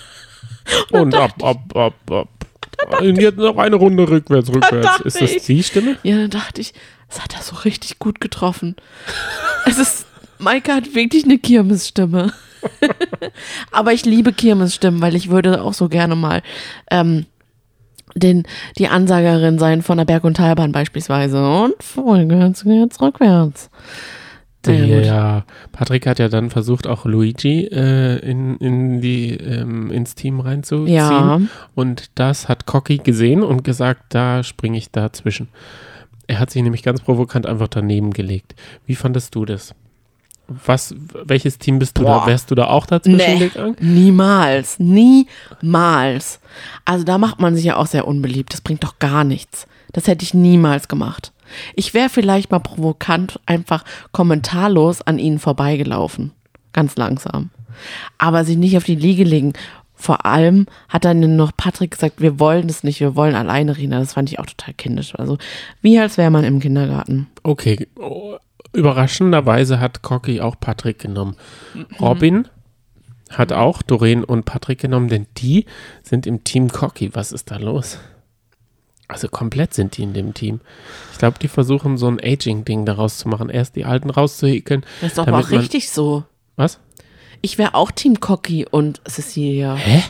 Speaker 2: Und ab, ab, ab, ab. Und jetzt noch eine Runde rückwärts, rückwärts.
Speaker 1: dachte
Speaker 2: Ist das
Speaker 1: ich-
Speaker 2: die Stimme?
Speaker 1: Ja, dann dachte ich, das hat er so richtig gut getroffen. Es ist, Maike hat wirklich eine Kirmesstimme. Aber ich liebe Kirmesstimmen, weil ich würde auch so gerne mal ähm, den, die Ansagerin sein von der Berg- und Talbahn beispielsweise. Und vorwärts, jetzt rückwärts. Naja, gut.
Speaker 2: Ja, Patrick hat ja dann versucht, auch Luigi äh, in, in die, ähm, ins Team reinzuziehen.
Speaker 1: Ja,
Speaker 2: Und das hat Cocky gesehen und gesagt, da springe ich dazwischen. Er hat sich nämlich ganz provokant einfach daneben gelegt. Wie fandest du das? Was, welches Team bist du
Speaker 1: Boah.
Speaker 2: da? Wärst du da auch dazwischen
Speaker 1: nee,
Speaker 2: gegangen?
Speaker 1: niemals, niemals. Also da macht man sich ja auch sehr unbeliebt. Das bringt doch gar nichts. Das hätte ich niemals gemacht. Ich wäre vielleicht mal provokant einfach kommentarlos an ihnen vorbeigelaufen. Ganz langsam. Aber sie nicht auf die Liege legen. Vor allem hat dann noch Patrick gesagt, wir wollen das nicht, wir wollen alleine reden. Das fand ich auch total kindisch. Also wie als wäre man im Kindergarten.
Speaker 2: Okay, oh, überraschenderweise hat Cocky auch Patrick genommen. Robin hat auch Doreen und Patrick genommen, denn die sind im Team Cocky. Was ist da los? Also komplett sind die in dem Team. Ich glaube, die versuchen so ein Aging-Ding daraus zu machen. Erst die Alten rauszuhäkeln.
Speaker 1: Das ist doch aber
Speaker 2: damit
Speaker 1: auch
Speaker 2: man-
Speaker 1: richtig so.
Speaker 2: Was?
Speaker 1: Ich wäre auch Team Cocky und Cecilia.
Speaker 2: Hä?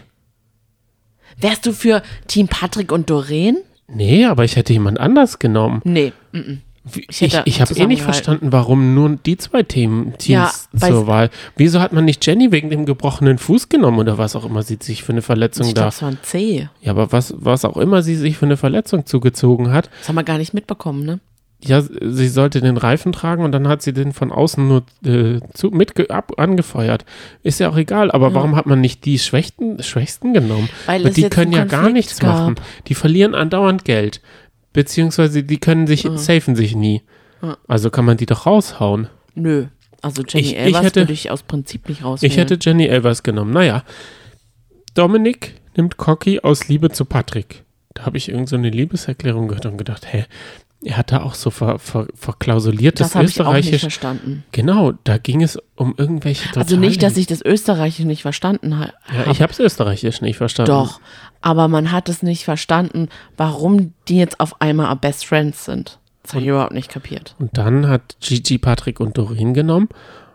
Speaker 1: Wärst du für Team Patrick und Doreen?
Speaker 2: Nee, aber ich hätte jemand anders genommen.
Speaker 1: Nee. Mm-mm.
Speaker 2: Wie-
Speaker 1: Ich
Speaker 2: Ich,
Speaker 1: hätte
Speaker 2: ich, habe eh nicht
Speaker 1: zusammengehalten.
Speaker 2: verstanden, warum nur die zwei Themen, Teams
Speaker 1: Ja, weil-
Speaker 2: zur Wahl. Wieso hat man nicht Jenny wegen dem gebrochenen Fuß genommen oder was auch immer sie sich für eine Verletzung
Speaker 1: Ich
Speaker 2: da.
Speaker 1: glaube, es war ein C.
Speaker 2: Ja, aber was, was auch immer sie sich für eine Verletzung zugezogen hat.
Speaker 1: Das haben wir gar nicht mitbekommen, ne?
Speaker 2: Ja, sie sollte den Reifen tragen und dann hat sie den von außen nur äh, zu, mit ab, angefeuert. Ist ja auch egal, aber
Speaker 1: Ja.
Speaker 2: warum hat man nicht die Schwächsten, Schwächsten genommen?
Speaker 1: Weil
Speaker 2: Weil
Speaker 1: es
Speaker 2: die
Speaker 1: jetzt
Speaker 2: können
Speaker 1: einen
Speaker 2: ja gar
Speaker 1: Konflikt
Speaker 2: nichts
Speaker 1: gab.
Speaker 2: machen. Die verlieren andauernd Geld. Beziehungsweise die können sich,
Speaker 1: Ja.
Speaker 2: safen sich nie.
Speaker 1: Ja.
Speaker 2: Also kann man die doch raushauen.
Speaker 1: Nö. Also Jenny
Speaker 2: Ich- ich
Speaker 1: Elvers
Speaker 2: hätte-
Speaker 1: würde ich aus Prinzip nicht rauswählen.
Speaker 2: Ich hätte Jenny Elvers genommen. Naja, Dominik nimmt Cocky aus Liebe zu Patrick. Da habe ich irgend so eine Liebeserklärung gehört und gedacht, hä, Er hatte auch so ver, ver, verklausuliertes
Speaker 1: Das habe ich auch nicht
Speaker 2: Österreichisch.
Speaker 1: verstanden.
Speaker 2: Genau, da ging es um irgendwelche total.
Speaker 1: Also nicht, dass ich das Österreichisch nicht verstanden ha- habe.
Speaker 2: Ja, ich habe es Österreichisch nicht verstanden.
Speaker 1: Doch, aber man hat es nicht verstanden, warum die jetzt auf einmal Best Friends sind. Das habe ich überhaupt nicht kapiert.
Speaker 2: Und dann hat Gigi, Patrick und Doreen genommen.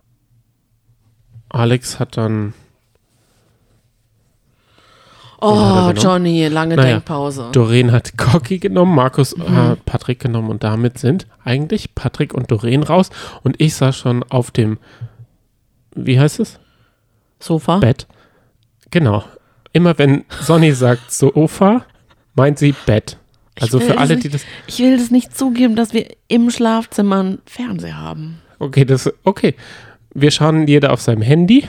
Speaker 2: Alex hat dann.
Speaker 1: Oh, Johnny, lange
Speaker 2: Naja,
Speaker 1: Denkpause.
Speaker 2: Doreen hat Cocky genommen, Markus
Speaker 1: Mhm.
Speaker 2: hat Patrick genommen und damit sind eigentlich Patrick und Doreen raus. Und ich saß schon auf dem, wie heißt es?
Speaker 1: Sofa?
Speaker 2: Bett. Genau. Immer wenn Sonny sagt Sofa, meint sie Bett. Also
Speaker 1: Ich will
Speaker 2: für
Speaker 1: es
Speaker 2: alle,
Speaker 1: nicht,
Speaker 2: die das.
Speaker 1: Ich will das nicht zugeben, dass wir im Schlafzimmer einen Fernseher haben.
Speaker 2: Okay, das. Okay. Wir schauen jeder auf seinem Handy.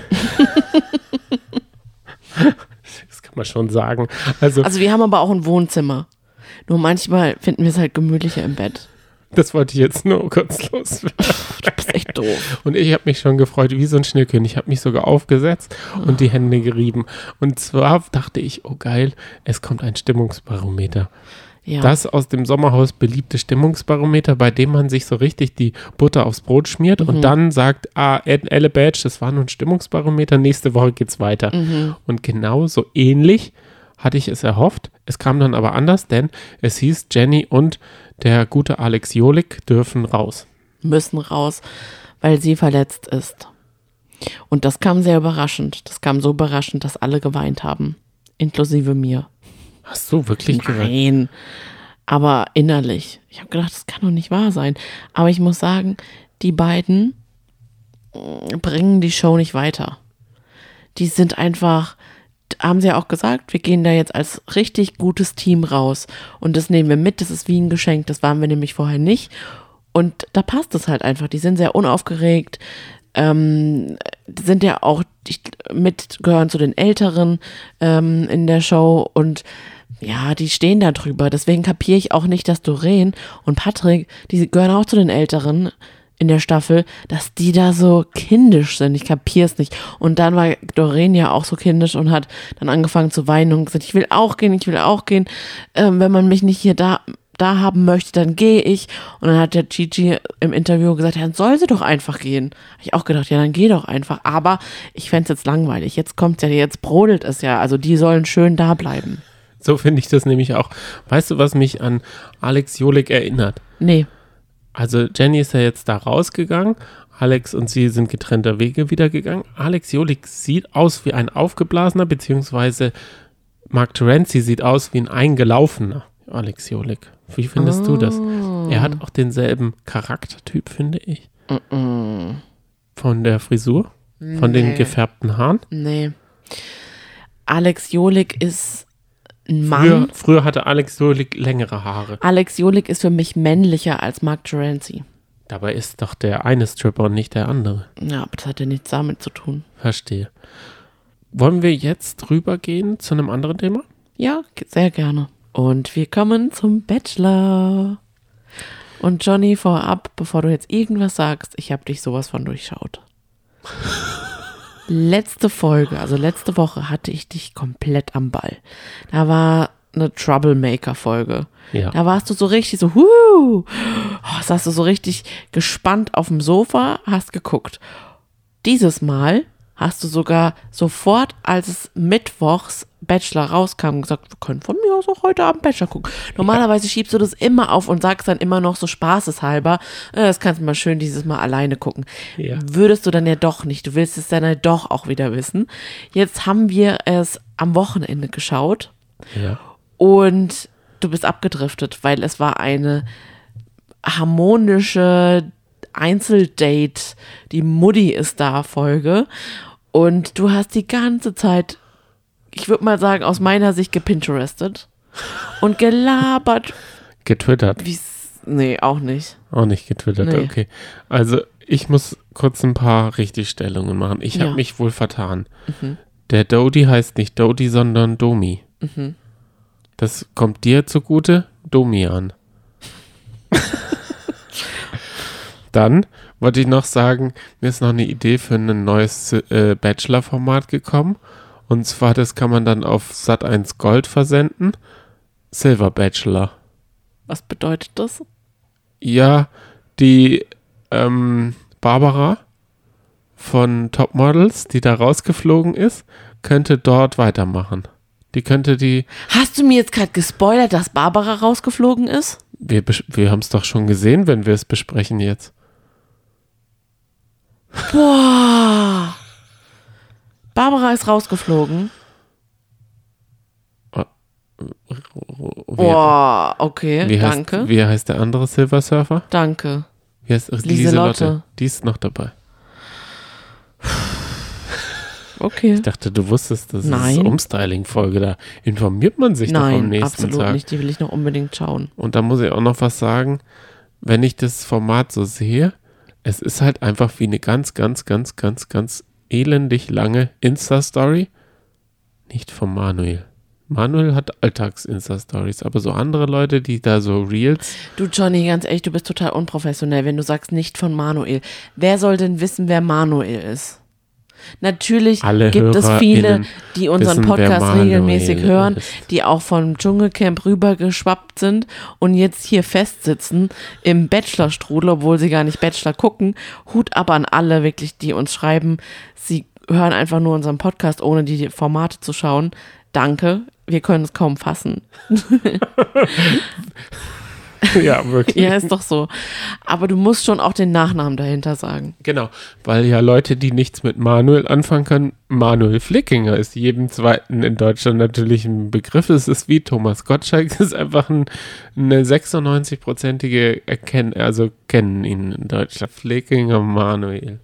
Speaker 2: Das kann man schon sagen. Also,
Speaker 1: Also wir haben aber auch ein Wohnzimmer. Nur manchmal finden wir es halt gemütlicher im Bett.
Speaker 2: das wollte ich jetzt nur kurz loswerden.
Speaker 1: Du bist echt doof.
Speaker 2: Und ich habe mich schon gefreut, wie so ein Schneekönig. Ich habe mich sogar aufgesetzt und die Hände gerieben. Und zwar dachte ich, oh geil, es kommt ein Stimmungsbarometer.
Speaker 1: Ja.
Speaker 2: Das aus dem Sommerhaus beliebte Stimmungsbarometer, bei dem man sich so richtig die Butter aufs Brot schmiert
Speaker 1: Mhm.
Speaker 2: und dann sagt, ah, Elle Badge, das war nur ein Stimmungsbarometer, nächste Woche geht's weiter.
Speaker 1: Mhm.
Speaker 2: Und genau so ähnlich hatte ich es erhofft. Es kam dann aber anders, denn es hieß, Jenny und der gute Alex Jolik dürfen raus.
Speaker 1: Müssen raus, weil sie verletzt ist. Und das kam sehr überraschend. Das kam so überraschend, dass alle geweint haben. Inklusive mir.
Speaker 2: Hast du wirklich geweint?
Speaker 1: Nein, aber innerlich. Ich habe gedacht, das kann doch nicht wahr sein. Aber ich muss sagen, die beiden äh, bringen die Show nicht weiter. Die sind einfach, haben sie ja auch gesagt, wir gehen da jetzt als richtig gutes Team raus. Und das nehmen wir mit, das ist wie ein Geschenk. Das waren wir nämlich vorher nicht. Und da passt es halt einfach. Die sind sehr unaufgeregt, ähm, sind ja auch die mitgehören zu den Älteren ähm, in der Show und ja, die stehen da drüber. Deswegen kapiere ich auch nicht, dass Doreen und Patrick, die gehören auch zu den Älteren in der Staffel, dass die da so kindisch sind. Ich kapiere es nicht. Und dann war Doreen ja auch so kindisch und hat dann angefangen zu weinen und gesagt, ich will auch gehen, ich will auch gehen. Ähm, wenn man mich nicht hier da da haben möchte, dann gehe ich. Und dann hat der Gigi im Interview gesagt, ja, dann soll sie doch einfach gehen. Habe ich auch gedacht, ja, dann geh doch einfach. Aber ich fände es jetzt langweilig. Jetzt kommt's ja, jetzt brodelt es ja. Also die sollen schön da bleiben.
Speaker 2: So finde ich das nämlich auch. Weißt du, was mich an Alex Jolik erinnert?
Speaker 1: Nee.
Speaker 2: Also Jenny ist ja jetzt da rausgegangen. Alex und sie sind getrennter Wege wieder gegangen. Alex Jolik sieht aus wie ein aufgeblasener, beziehungsweise Mark Terenzi sieht aus wie ein eingelaufener Alex Jolik. Wie findest
Speaker 1: oh.
Speaker 2: du das? Er hat auch denselben Charaktertyp, finde ich.
Speaker 1: Mm-mm.
Speaker 2: Von der Frisur, von
Speaker 1: Nee.
Speaker 2: den gefärbten Haaren.
Speaker 1: Nee. Alex Jolik ist ein Mann.
Speaker 2: Früher, früher hatte Alex Jolik längere Haare.
Speaker 1: Alex Jolik ist für mich männlicher als Mark Terenzi.
Speaker 2: Dabei ist doch der eine Stripper und nicht der andere.
Speaker 1: Ja, aber das hat ja nichts damit zu tun.
Speaker 2: Verstehe. Wollen wir jetzt rübergehen zu einem anderen Thema?
Speaker 1: Ja, sehr gerne. Und wir kommen zum Bachelor. Und Johnny, vorab, bevor du jetzt irgendwas sagst, ich habe dich sowas von durchschaut. Letzte Folge, also letzte Woche, hatte ich dich komplett am Ball. Da war eine Troublemaker-Folge.
Speaker 2: Ja.
Speaker 1: Da warst du so richtig so, huh, oh, saß du so richtig gespannt auf dem Sofa, hast geguckt. Dieses Mal hast du sogar sofort, als es mittwochs Bachelor rauskam, gesagt, wir können von mir aus auch heute Abend Bachelor gucken. Normalerweise schiebst du das immer auf und sagst dann immer noch so spaßeshalber, äh, das kannst du mal schön dieses Mal alleine gucken.
Speaker 2: Ja.
Speaker 1: Würdest du dann ja doch nicht. Du willst es dann ja doch auch wieder wissen. Jetzt haben wir es am Wochenende geschaut
Speaker 2: Ja.
Speaker 1: und du bist abgedriftet, weil es war eine harmonische Einzeldate, die Mutti ist da Folge und du hast die ganze Zeit, ich würde mal sagen, aus meiner Sicht gepinterestet und gelabert.
Speaker 2: Getwittert.
Speaker 1: Wie's, nee, auch nicht.
Speaker 2: Auch nicht getwittert,
Speaker 1: Nee.
Speaker 2: okay. Also ich muss kurz ein paar Richtigstellungen machen. Ich
Speaker 1: Ja.
Speaker 2: habe mich wohl vertan. Der Dodi heißt nicht Dodi, sondern Domi.
Speaker 1: Mhm.
Speaker 2: Das kommt dir zugute, Domian. Dann wollte ich noch sagen, mir ist noch eine Idee für ein neues äh, Bachelor-Format gekommen. Und zwar, das kann man dann auf Sat eins Gold versenden. Silver Bachelor.
Speaker 1: Was bedeutet das?
Speaker 2: Ja, die ähm, Barbara von Top Models, die da rausgeflogen ist, könnte dort weitermachen. Die könnte die...
Speaker 1: Hast du mir jetzt gerade gespoilert, dass Barbara rausgeflogen ist?
Speaker 2: Wir, wir haben es doch schon gesehen, wenn wir es besprechen jetzt.
Speaker 1: Boah. Barbara ist rausgeflogen.
Speaker 2: Wie,
Speaker 1: Boah, okay,
Speaker 2: wie heißt,
Speaker 1: danke.
Speaker 2: Wie heißt der andere Silver Surfer?
Speaker 1: Danke.
Speaker 2: Wie heißt
Speaker 1: Lieselotte.
Speaker 2: Lieselotte? Die ist noch dabei.
Speaker 1: Okay.
Speaker 2: Ich dachte, du wusstest, das
Speaker 1: Nein.
Speaker 2: ist Umstyling-Folge. Da informiert man sich
Speaker 1: Nein,
Speaker 2: doch am nächsten
Speaker 1: absolut
Speaker 2: Tag.
Speaker 1: nicht. Die will ich noch unbedingt schauen.
Speaker 2: Und da muss ich auch noch was sagen. Wenn ich das Format so sehe, es ist halt einfach wie eine ganz, ganz, ganz, ganz, ganz elendig lange Insta-Story. Nicht von Manuel. Manuel hat Alltags-Insta-Stories, aber so andere Leute, die da so Reels...
Speaker 1: Du, Johnny, ganz ehrlich, du bist total unprofessionell, wenn du sagst, nicht von Manuel. Wer soll denn wissen, wer Manuel ist? Natürlich
Speaker 2: Alle
Speaker 1: gibt es viele,
Speaker 2: HörerInnen
Speaker 1: die unseren
Speaker 2: wissen, wer
Speaker 1: Podcast
Speaker 2: Manuel
Speaker 1: regelmäßig hören,
Speaker 2: ist.
Speaker 1: die auch vom Dschungelcamp rübergeschwappt sind und jetzt hier festsitzen im Bachelorstrudel, obwohl sie gar nicht Bachelor gucken. Hut ab an alle, wirklich, die uns schreiben. Sie hören einfach nur unseren Podcast, ohne die Formate zu schauen. Danke, wir können es kaum fassen.
Speaker 2: Ja, wirklich.
Speaker 1: Ja, ist doch so. Aber du musst schon auch den Nachnamen dahinter sagen.
Speaker 2: Genau, weil ja Leute, die nichts mit Manuel anfangen können, Manuel Flickinger ist jedem Zweiten in Deutschland natürlich ein Begriff. Es ist wie Thomas Gottschalk, es ist einfach ein, eine sechsundneunzig-prozentige Erkennen, also kennen ihn in Deutschland. Flickinger Manuel.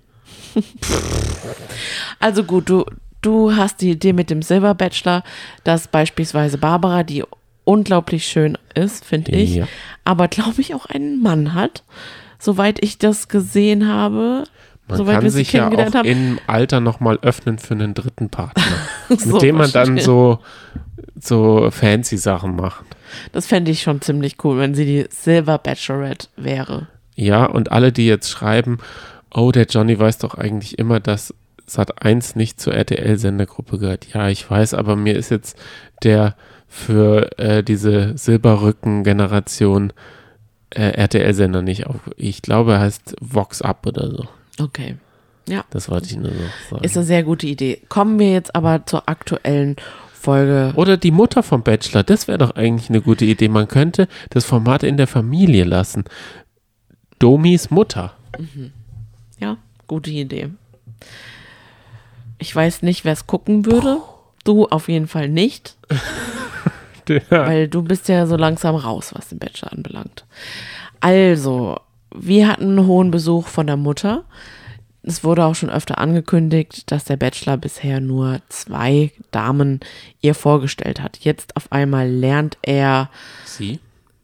Speaker 1: Also gut, du, du hast die Idee mit dem Silber Bachelor, dass beispielsweise Barbara, die unglaublich schön ist, finde ich,
Speaker 2: Ja.
Speaker 1: aber glaube ich auch einen Mann hat, soweit ich das gesehen habe,
Speaker 2: Man
Speaker 1: soweit
Speaker 2: kann
Speaker 1: wir sie
Speaker 2: sich ja
Speaker 1: kennengelernt
Speaker 2: auch
Speaker 1: haben.
Speaker 2: im Alter nochmal öffnen für einen dritten Partner,
Speaker 1: So
Speaker 2: mit dem man dann
Speaker 1: wahrscheinlich.
Speaker 2: so, so fancy Sachen macht.
Speaker 1: Das fände ich schon ziemlich cool, wenn sie die Silver Bachelorette wäre.
Speaker 2: Ja, und alle, die jetzt schreiben, oh, der Johnny weiß doch eigentlich immer, dass Sat eins nicht zur R T L-Sendergruppe gehört. Ja, ich weiß, aber mir ist jetzt der für äh, diese Silberrücken-Generation äh, R T L-Sender nicht auf. Ich glaube, er heißt Vox Up oder so.
Speaker 1: Okay, ja.
Speaker 2: Das wollte ich nur so sagen.
Speaker 1: Ist eine sehr gute Idee. Kommen wir jetzt aber zur aktuellen Folge.
Speaker 2: Oder die Mutter vom Bachelor, das wäre doch eigentlich eine gute Idee. Man könnte das Format in der Familie lassen. Domis Mutter.
Speaker 1: Ja, gute Idee. Ich weiß nicht, wer es gucken würde. Du auf jeden Fall nicht,
Speaker 2: Ja.
Speaker 1: weil du bist ja so langsam raus, was den Bachelor anbelangt. Also, wir hatten einen hohen Besuch von der Mutter. Es wurde auch schon öfter angekündigt, dass der Bachelor bisher nur zwei Damen ihr vorgestellt hat. Jetzt auf einmal lernt er
Speaker 2: Sie?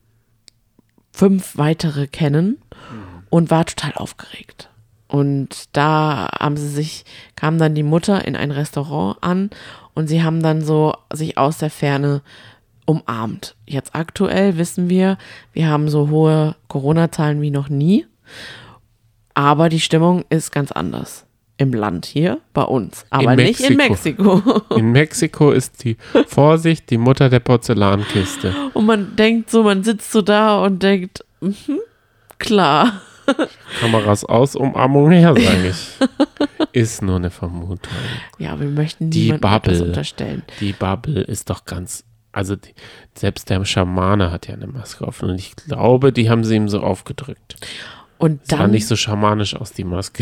Speaker 1: fünf weitere kennen und war total aufgeregt. Und da haben sie sich, kam dann die Mutter in ein Restaurant an und sie haben dann so sich aus der Ferne umarmt. Jetzt aktuell wissen wir, wir haben so hohe Corona-Zahlen wie noch nie, aber die Stimmung ist ganz anders. Im Land hier, bei uns, aber
Speaker 2: In
Speaker 1: nicht in Mexiko.
Speaker 2: In Mexiko ist die Vorsicht die Mutter der Porzellankiste.
Speaker 1: Und man denkt so, man sitzt so da und denkt, mhm, klar.
Speaker 2: Kameras aus, Umarmung her, sage ich. Ist nur eine Vermutung.
Speaker 1: Ja, wir möchten
Speaker 2: Die
Speaker 1: niemandem etwas
Speaker 2: Bubble.
Speaker 1: unterstellen.
Speaker 2: Die Bubble ist doch ganz, also die, selbst der Schamane hat ja eine Maske auf und ich glaube, die haben sie ihm so aufgedrückt.
Speaker 1: Und
Speaker 2: Sah
Speaker 1: dann,
Speaker 2: nicht so schamanisch aus, die Maske.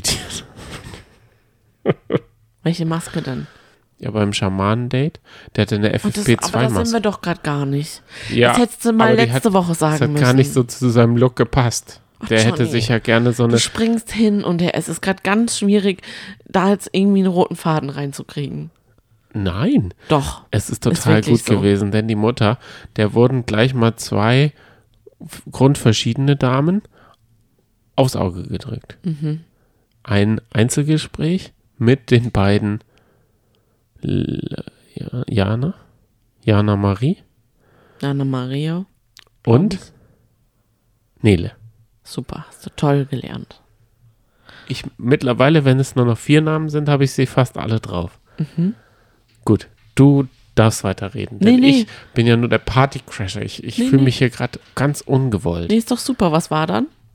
Speaker 1: welche Maske denn?
Speaker 2: Ja, beim Schamanen-Date, der hatte eine
Speaker 1: Und das,
Speaker 2: F F P
Speaker 1: aber das sind wir
Speaker 2: zwei Maske.
Speaker 1: doch gerade gar nicht.
Speaker 2: Ja,
Speaker 1: das hättest du mal
Speaker 2: aber die
Speaker 1: letzte
Speaker 2: hat,
Speaker 1: Woche sagen
Speaker 2: das hat
Speaker 1: müssen.
Speaker 2: gar nicht so zu seinem Look gepasst.
Speaker 1: Ach,
Speaker 2: Der hätte
Speaker 1: Johnny.
Speaker 2: sich ja gerne so eine
Speaker 1: Du springst hin und her. Es ist gerade ganz schwierig, da jetzt irgendwie einen roten Faden reinzukriegen.
Speaker 2: Nein,
Speaker 1: Doch.
Speaker 2: es ist total
Speaker 1: wirklich
Speaker 2: gut
Speaker 1: so.
Speaker 2: gewesen, denn die Mutter, der wurden gleich mal zwei f- grundverschiedene Damen aufs Auge gedrückt.
Speaker 1: Mhm.
Speaker 2: Ein Einzelgespräch mit den beiden L- ja, Jana, Jana Marie
Speaker 1: Anna Maria.
Speaker 2: und Nele.
Speaker 1: Super, hast du toll gelernt.
Speaker 2: Ich mittlerweile, wenn es nur noch vier Namen sind, habe ich sie fast alle drauf.
Speaker 1: Mhm.
Speaker 2: Gut, du darfst weiterreden, denn
Speaker 1: Nee, nee.
Speaker 2: ich bin ja nur der Partycrasher. Ich, ich
Speaker 1: Nee,
Speaker 2: fühle
Speaker 1: nee.
Speaker 2: mich hier gerade ganz ungewollt.
Speaker 1: Nee, ist doch super. Was war dann?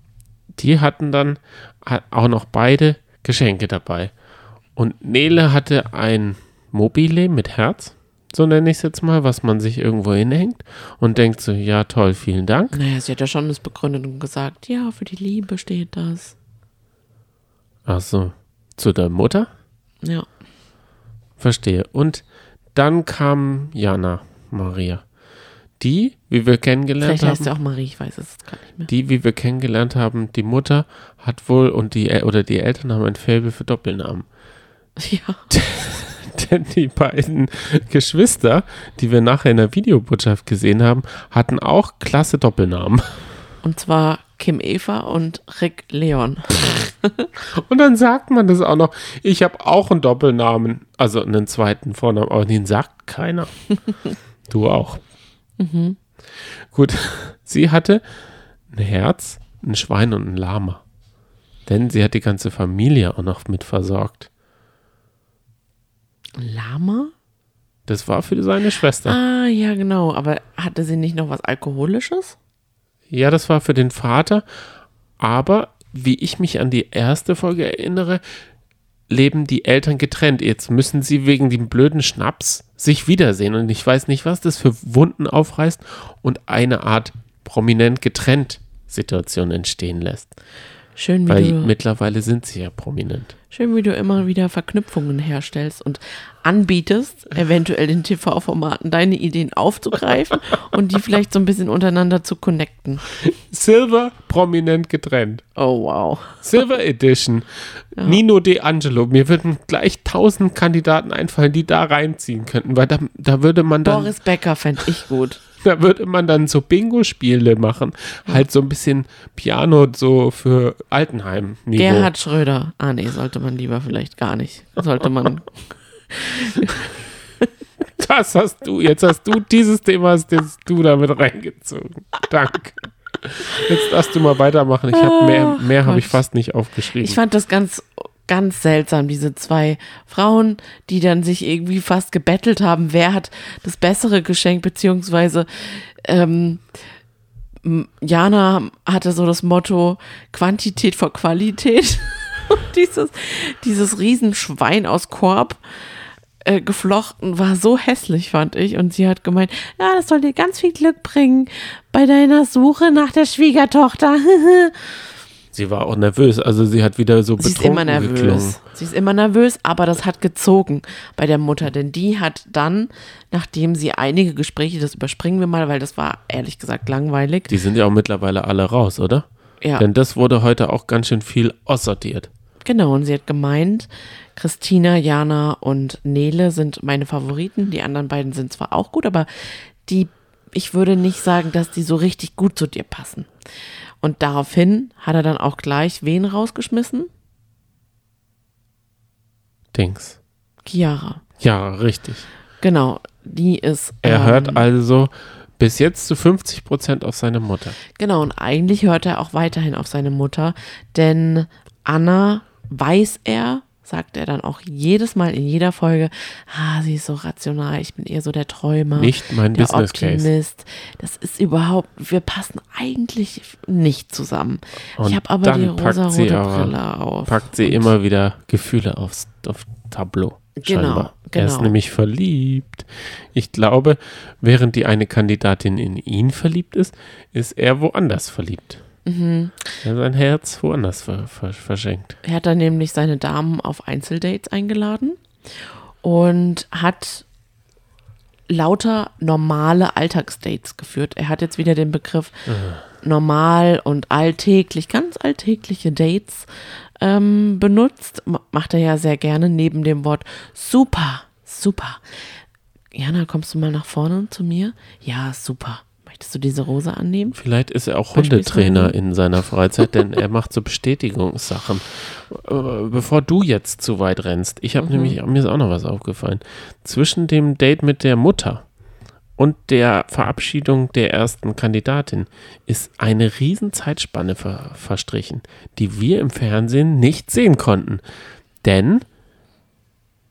Speaker 2: die hatten dann auch noch beide Geschenke dabei. Und Nele hatte ein Mobile mit Herz, so nenne ich es jetzt mal, was man sich irgendwo hinhängt und denkt so, ja toll, vielen Dank.
Speaker 1: Naja, sie hat ja schon das begründet und gesagt, ja, für die Liebe steht das.
Speaker 2: Ach so, zu der Mutter?
Speaker 1: Ja.
Speaker 2: Verstehe. Und dann kam Jana Maria. Die, wie wir kennengelernt
Speaker 1: Vielleicht
Speaker 2: haben.
Speaker 1: heißt sie auch Marie, ich weiß es gar nicht mehr.
Speaker 2: Die, wie wir kennengelernt haben, die Mutter hat wohl und die oder die Eltern haben ein Faible für Doppelnamen.
Speaker 1: Ja.
Speaker 2: Denn die beiden Geschwister, die wir nachher in der Videobotschaft gesehen haben, hatten auch klasse Doppelnamen.
Speaker 1: Und zwar Kim Eva und Rick Leon.
Speaker 2: Und dann sagt man das auch noch. Ich habe auch einen Doppelnamen, also einen zweiten Vornamen, aber den sagt keiner. Du auch.
Speaker 1: Mhm.
Speaker 2: Gut, sie hatte ein Herz, ein Schwein und ein Lama. Denn sie hat die ganze Familie auch noch mit versorgt.
Speaker 1: Lama?
Speaker 2: Das war für seine Schwester.
Speaker 1: Ah, ja, genau. Aber hatte sie nicht noch was Alkoholisches?
Speaker 2: Ja, das war für den Vater. Aber wie ich mich an die erste Folge erinnere, leben die Eltern getrennt. Jetzt müssen sie wegen dem blöden Schnaps sich wiedersehen. Und ich weiß nicht, was das für Wunden aufreißt und eine Art prominent getrennt Situation entstehen lässt.
Speaker 1: Schön, wie
Speaker 2: Weil
Speaker 1: du,
Speaker 2: mittlerweile sind sie ja prominent.
Speaker 1: schön, wie du immer wieder Verknüpfungen herstellst und anbietest, eventuell in T V-Formaten deine Ideen aufzugreifen und die vielleicht so ein bisschen untereinander zu connecten.
Speaker 2: Silver prominent getrennt.
Speaker 1: Oh, wow.
Speaker 2: Silver Edition. Ja. Nino D'Angelo. Mir würden gleich tausend Kandidaten einfallen, die da reinziehen könnten, weil da, da würde man dann...
Speaker 1: Boris Becker fände ich gut.
Speaker 2: Da würde man dann so Bingo-Spiele machen. Ja. Halt so ein bisschen Piano so für Altenheim-Niveau.
Speaker 1: Gerhard Schröder. Ah, nee, sollte man lieber vielleicht gar nicht. Sollte man...
Speaker 2: Das hast du, jetzt hast du dieses Thema, hast du damit reingezogen. Danke. Jetzt darfst du mal weitermachen. Ich habe mehr, mehr habe ich fast nicht aufgeschrieben.
Speaker 1: Ich fand das ganz, ganz seltsam, diese zwei Frauen, die dann sich irgendwie fast gebettelt haben, wer hat das bessere Geschenk, beziehungsweise ähm, Jana hatte so das Motto Quantität vor Qualität. Und dieses, dieses Riesenschwein aus Korb äh, geflochten war so hässlich, fand ich. Und sie hat gemeint, ja, das soll dir ganz viel Glück bringen bei deiner Suche nach der Schwiegertochter.
Speaker 2: Sie war auch nervös, also sie hat wieder so betrunken
Speaker 1: Sie ist immer nervös.
Speaker 2: geklungen.
Speaker 1: Sie ist immer nervös, aber das hat gezogen bei der Mutter, denn die hat dann, nachdem sie einige Gespräche, das überspringen wir mal, weil das war ehrlich gesagt langweilig.
Speaker 2: Die sind ja auch mittlerweile alle raus, oder?
Speaker 1: Ja.
Speaker 2: Denn das wurde heute auch ganz schön viel aussortiert.
Speaker 1: Genau, und sie hat gemeint, Christina, Jana und Nele sind meine Favoriten. Die anderen beiden sind zwar auch gut, aber die, ich würde nicht sagen, dass die so richtig gut zu dir passen. Und daraufhin hat er dann auch gleich wen rausgeschmissen?
Speaker 2: Dings.
Speaker 1: Chiara.
Speaker 2: Ja, richtig.
Speaker 1: Genau, die ist...
Speaker 2: Er
Speaker 1: ähm,
Speaker 2: hört also bis jetzt zu fünfzig Prozent auf seine Mutter.
Speaker 1: Genau, und eigentlich hört er auch weiterhin auf seine Mutter, denn Anna weiß er, sagt er dann auch jedes Mal in jeder Folge, ah, sie ist so rational, ich bin eher so der Träumer,
Speaker 2: nicht mein
Speaker 1: der
Speaker 2: Business
Speaker 1: Optimist.
Speaker 2: Case.
Speaker 1: Das ist überhaupt, wir passen eigentlich nicht zusammen.
Speaker 2: Und
Speaker 1: ich habe aber
Speaker 2: dann
Speaker 1: die
Speaker 2: packt
Speaker 1: rosa-rote
Speaker 2: sie aber-
Speaker 1: Brille auf.
Speaker 2: Packt sie
Speaker 1: Und-
Speaker 2: immer wieder Gefühle aufs, auf Tableau.
Speaker 1: Genau,
Speaker 2: Scheinbar. Er ist
Speaker 1: genau.
Speaker 2: nämlich verliebt. Ich glaube, während die eine Kandidatin in ihn verliebt ist, ist er woanders verliebt.
Speaker 1: Mhm.
Speaker 2: Er hat sein Herz woanders ver, ver, verschenkt.
Speaker 1: Er hat dann nämlich seine Damen auf Einzeldates eingeladen und hat lauter normale Alltagsdates geführt. Er hat jetzt wieder den Begriff
Speaker 2: Mhm.
Speaker 1: normal und alltäglich, ganz alltägliche Dates ähm, benutzt. M- Macht er ja sehr gerne neben dem Wort super, super. Jana, kommst du mal nach vorne zu mir? Ja, super. Möchtest du diese Rose annehmen?
Speaker 2: Vielleicht ist er auch
Speaker 1: Beispielsweise.
Speaker 2: Hundetrainer in seiner Freizeit, denn er macht so Bestätigungssachen. Äh, Bevor du jetzt zu weit rennst, ich habe
Speaker 1: Mhm.
Speaker 2: nämlich, mir ist auch noch was aufgefallen. Zwischen dem Date mit der Mutter und der Verabschiedung der ersten Kandidatin ist eine riesen Zeitspanne ver verstrichen, die wir im Fernsehen nicht sehen konnten. Denn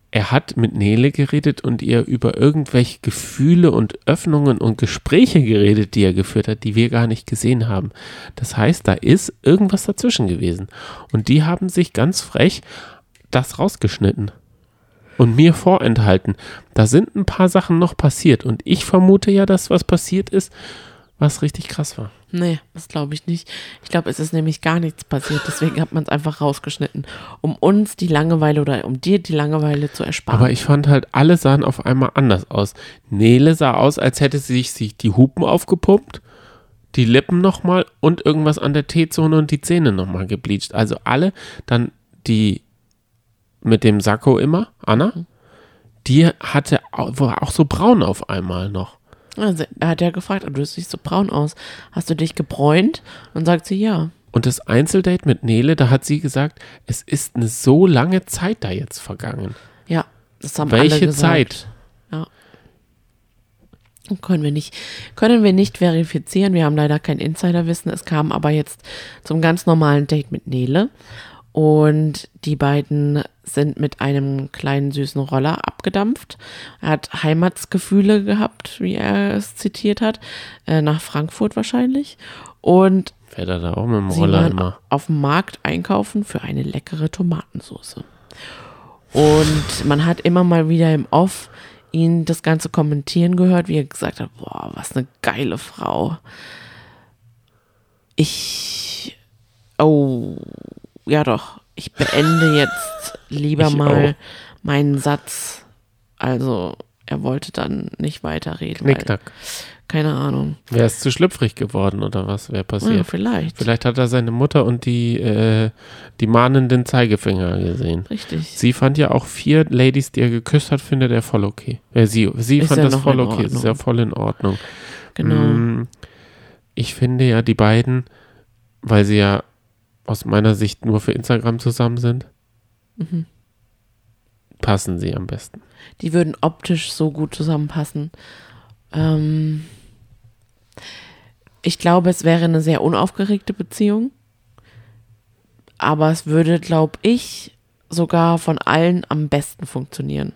Speaker 2: er hat mit Nele geredet und ihr über irgendwelche Gefühle und Öffnungen und Gespräche geredet, die er geführt hat, die wir gar nicht gesehen haben. Das heißt, da ist irgendwas dazwischen gewesen. Und die haben sich ganz frech das rausgeschnitten und mir vorenthalten. Da sind ein paar Sachen noch passiert und ich vermute ja, dass was passiert ist, was richtig krass war.
Speaker 1: Nee, das glaube ich nicht. Ich glaube, es ist nämlich gar nichts passiert, deswegen hat man es einfach rausgeschnitten, um uns die Langeweile oder um dir die Langeweile zu ersparen.
Speaker 2: Aber ich fand halt, alle sahen auf einmal anders aus. Nele sah aus, als hätte sie sich, sich die Hupen aufgepumpt, die Lippen nochmal und irgendwas an der T-Zone und die Zähne nochmal gebleicht. Also alle, dann die mit dem Sakko immer, Anna, mhm. die hatte auch, war auch so braun auf einmal noch.
Speaker 1: Also, er hat ja gefragt, du siehst so braun aus. Hast du dich gebräunt? Und sagt sie ja.
Speaker 2: Und das Einzeldate mit Nele, da hat sie gesagt, es ist eine so lange Zeit da jetzt vergangen.
Speaker 1: Ja, das haben
Speaker 2: Welche
Speaker 1: alle gesagt.
Speaker 2: Zeit?
Speaker 1: Ja. Können wir nicht, können wir nicht verifizieren. Wir haben leider kein Insiderwissen. Es kam aber jetzt zum ganz normalen Date mit Nele. Und die beiden sind mit einem kleinen süßen Roller abgedampft. Er hat Heimatsgefühle gehabt, wie er es zitiert hat, äh, nach Frankfurt wahrscheinlich. Und
Speaker 2: fährt er da auch mit dem
Speaker 1: sie
Speaker 2: Roller
Speaker 1: waren
Speaker 2: immer
Speaker 1: auf dem Markt einkaufen für eine leckere Tomatensauce. Und man hat immer mal wieder im Off ihn das Ganze kommentieren gehört, wie er gesagt hat, boah, was eine geile Frau. Ich, oh, ja doch, ich beende jetzt lieber
Speaker 2: ich
Speaker 1: mal
Speaker 2: auch.
Speaker 1: meinen Satz. Also, er wollte dann nicht weiterreden.
Speaker 2: Knickknack.
Speaker 1: Keine Ahnung.
Speaker 2: Wer ist zu schlüpfrig geworden oder was wäre passiert?
Speaker 1: Ja, vielleicht.
Speaker 2: Vielleicht hat er seine Mutter und die, äh, die mahnenden Zeigefinger gesehen.
Speaker 1: Richtig.
Speaker 2: Sie fand ja auch vier Ladies, die er geküsst hat, findet er voll okay. Äh, sie sie
Speaker 1: Ist
Speaker 2: fand
Speaker 1: ja
Speaker 2: das
Speaker 1: noch
Speaker 2: voll
Speaker 1: in
Speaker 2: okay. Ist ja
Speaker 1: Ordnung.
Speaker 2: voll in Ordnung.
Speaker 1: Genau.
Speaker 2: Mm, ich finde ja, die beiden, weil sie ja aus meiner Sicht nur für Instagram zusammen sind,
Speaker 1: Mhm.
Speaker 2: passen sie am besten.
Speaker 1: Die würden optisch so gut zusammenpassen. Ähm, ich glaube, es wäre eine sehr unaufgeregte Beziehung. Aber es würde, glaube ich, sogar von allen am besten funktionieren.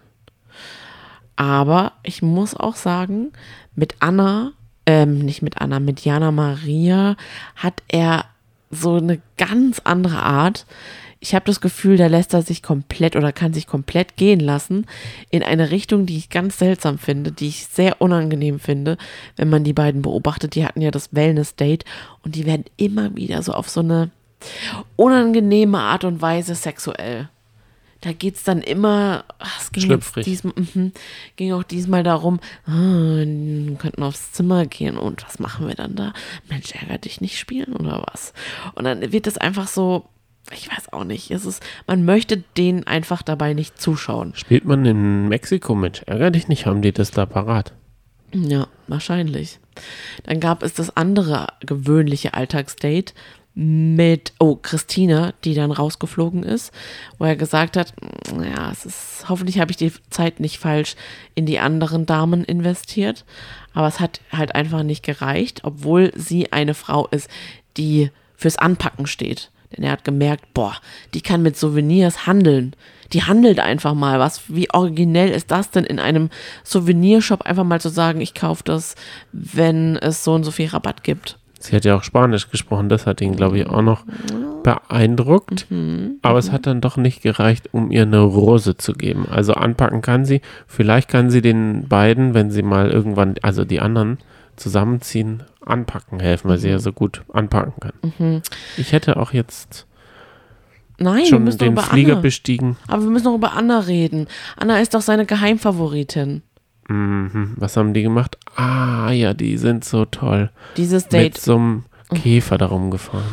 Speaker 1: Aber ich muss auch sagen, mit Anna, ähm, nicht mit Anna, mit Jana Maria hat er so eine ganz andere Art. Ich habe das Gefühl, da lässt er sich komplett oder kann sich komplett gehen lassen in eine Richtung, die ich ganz seltsam finde, die ich sehr unangenehm finde, wenn man die beiden beobachtet. Die hatten ja das Wellness-Date und die werden immer wieder so auf so eine unangenehme Art und Weise sexuell. Da geht es dann immer, ach, es ging, jetzt diesmal, mh, ging auch diesmal darum, ah, wir könnten aufs Zimmer gehen und was machen wir dann da? Mensch, ärger dich nicht spielen oder was? Und dann wird das einfach so, ich weiß auch nicht, es ist, man möchte denen einfach dabei nicht zuschauen.
Speaker 2: Spielt man in Mexiko, Mensch, ärger dich nicht, haben die das da parat?
Speaker 1: Ja, wahrscheinlich. Dann gab es das andere gewöhnliche Alltagsdate mit, oh, Christine, die dann rausgeflogen ist, wo er gesagt hat, naja, es ist, hoffentlich habe ich die Zeit nicht falsch in die anderen Damen investiert, aber es hat halt einfach nicht gereicht, obwohl sie eine Frau ist, die fürs Anpacken steht. Denn er hat gemerkt, boah, die kann mit Souvenirs handeln. Die handelt einfach mal. Was, wie originell ist das denn, in einem Souvenirshop einfach mal zu sagen, ich kaufe das, wenn es so und so viel Rabatt gibt.
Speaker 2: Sie hat ja auch Spanisch gesprochen, das hat ihn, glaube ich, auch noch beeindruckt. Mhm, aber mhm. es hat dann doch nicht gereicht, um ihr eine Rose zu geben. Also anpacken kann sie. Vielleicht kann sie den beiden, wenn sie mal irgendwann, also die anderen zusammenziehen, anpacken helfen, weil mhm. sie ja so gut anpacken kann. Mhm. Ich hätte auch jetzt
Speaker 1: Nein,
Speaker 2: schon
Speaker 1: wir
Speaker 2: den
Speaker 1: über
Speaker 2: Flieger
Speaker 1: Anna.
Speaker 2: bestiegen.
Speaker 1: Aber wir müssen noch über Anna reden. Anna ist doch seine Geheimfavoritin.
Speaker 2: Mhm. Was haben die gemacht? Ah, ja, die sind so toll.
Speaker 1: Dieses Date.
Speaker 2: Mit so einem Käfer darum gefahren.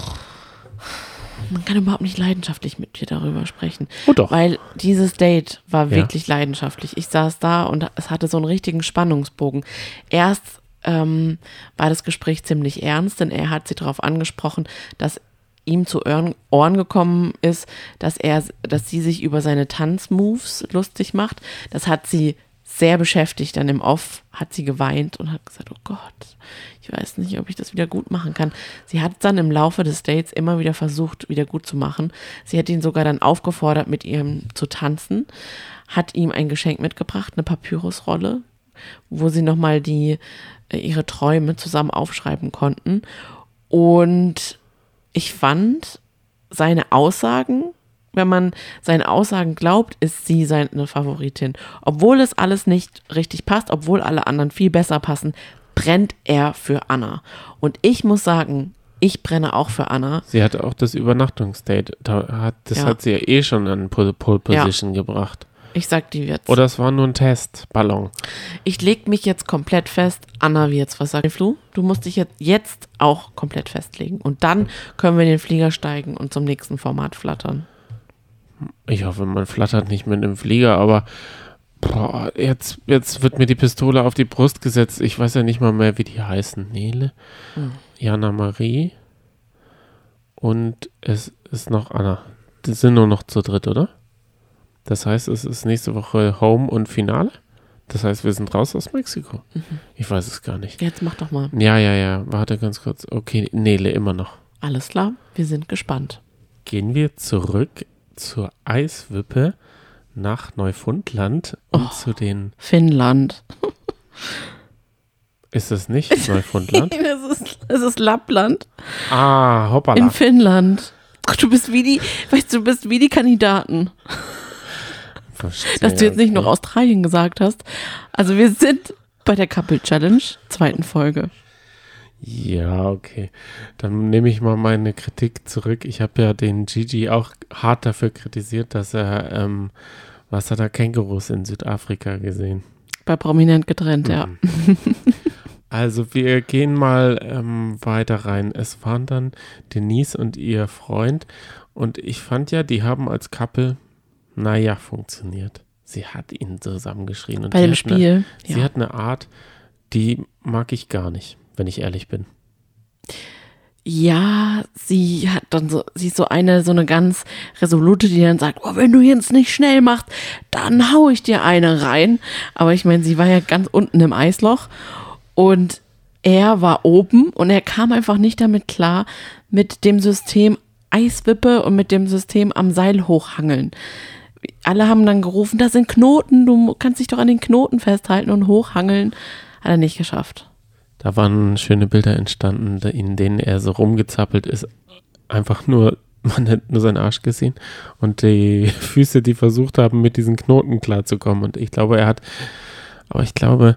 Speaker 1: Man kann überhaupt nicht leidenschaftlich mit dir darüber sprechen.
Speaker 2: Oh doch.
Speaker 1: Weil dieses Date war
Speaker 2: Ja.
Speaker 1: wirklich leidenschaftlich. Ich saß da und es hatte so einen richtigen Spannungsbogen. Erst ähm, war das Gespräch ziemlich ernst, denn er hat sie darauf angesprochen, dass ihm zu Ohren, Ohren gekommen ist, dass er, dass sie sich über seine Tanzmoves lustig macht. Das hat sie sehr beschäftigt. Dann im Off hat sie geweint und hat gesagt, oh Gott, ich weiß nicht, ob ich das wieder gut machen kann. Sie hat dann im Laufe des Dates immer wieder versucht, wieder gut zu machen. Sie hat ihn sogar dann aufgefordert, mit ihm zu tanzen, hat ihm ein Geschenk mitgebracht, eine Papyrusrolle, wo sie nochmal die, ihre Träume zusammen aufschreiben konnten. Und ich fand seine Aussagen, wenn man seinen Aussagen glaubt, ist sie seine Favoritin. Obwohl es alles nicht richtig passt, obwohl alle anderen viel besser passen, brennt er für Anna. Und ich muss sagen, ich brenne auch für Anna.
Speaker 2: Sie hatte auch das Übernachtungsdate. Da hat, das
Speaker 1: Ja.
Speaker 2: hat sie ja eh schon an Pole Position ja. gebracht.
Speaker 1: Ich sag dir jetzt.
Speaker 2: Oder es war nur ein Testballon.
Speaker 1: Ich leg mich jetzt komplett fest. Anna, wie jetzt, was sagst du? Du musst dich jetzt, jetzt auch komplett festlegen. Und dann können wir in den Flieger steigen und zum nächsten Format flattern.
Speaker 2: Ich hoffe, man flattert nicht mit einem Flieger, aber boah, jetzt, jetzt wird mir die Pistole auf die Brust gesetzt. Ich weiß ja nicht mal mehr, wie die heißen. Nele, hm. Jana Marie und es ist noch Anna. Die sind nur noch zu dritt, oder? Das heißt, es ist nächste Woche Home und Finale? Das heißt, wir sind raus aus Mexiko. Mhm. Ich weiß es gar nicht.
Speaker 1: Jetzt mach doch mal.
Speaker 2: Ja, ja, ja. Warte ganz kurz. Okay, Nele immer noch.
Speaker 1: Alles klar, wir sind gespannt.
Speaker 2: Gehen wir zurück zur Eiswippe nach Neufundland und
Speaker 1: oh,
Speaker 2: zu den...
Speaker 1: Finnland.
Speaker 2: Ist das nicht Neufundland?
Speaker 1: es, ist, es ist Lappland.
Speaker 2: Ah, hoppala.
Speaker 1: In Finnland. Du bist wie die, weißt du, du bist wie die Kandidaten.
Speaker 2: Verstehe,
Speaker 1: dass du jetzt nicht
Speaker 2: okay.
Speaker 1: noch Australien gesagt hast. Also wir sind bei der Couple Challenge, zweiten Folge.
Speaker 2: Ja, okay. Dann nehme ich mal meine Kritik zurück. Ich habe ja den Gigi auch hart dafür kritisiert, dass er, ähm, was hat er, Kängurus in Südafrika gesehen.
Speaker 1: Bei Prominent getrennt, mhm. ja.
Speaker 2: Also wir gehen mal ähm, weiter rein. Es waren dann Denise und ihr Freund und ich fand ja, die haben als Couple naja, funktioniert. Sie hat ihn zusammengeschrien. Und
Speaker 1: bei dem Spiel.
Speaker 2: Eine,
Speaker 1: ja.
Speaker 2: Sie hat eine Art, die mag ich gar nicht, wenn ich ehrlich bin.
Speaker 1: Ja, sie hat dann so, sie ist so eine, so eine ganz resolute, die dann sagt, oh, wenn du jetzt nicht schnell machst, dann hau ich dir eine rein. Aber ich meine, sie war ja ganz unten im Eisloch und er war oben und er kam einfach nicht damit klar mit dem System Eiswippe und mit dem System am Seil hochhangeln. Alle haben dann gerufen, da sind Knoten, du kannst dich doch an den Knoten festhalten und hochhangeln. Hat er nicht geschafft.
Speaker 2: Da waren schöne Bilder entstanden, in denen er so rumgezappelt ist. Einfach nur, man hat nur seinen Arsch gesehen und die Füße, die versucht haben, mit diesen Knoten klarzukommen. Und ich glaube, er hat, aber ich glaube,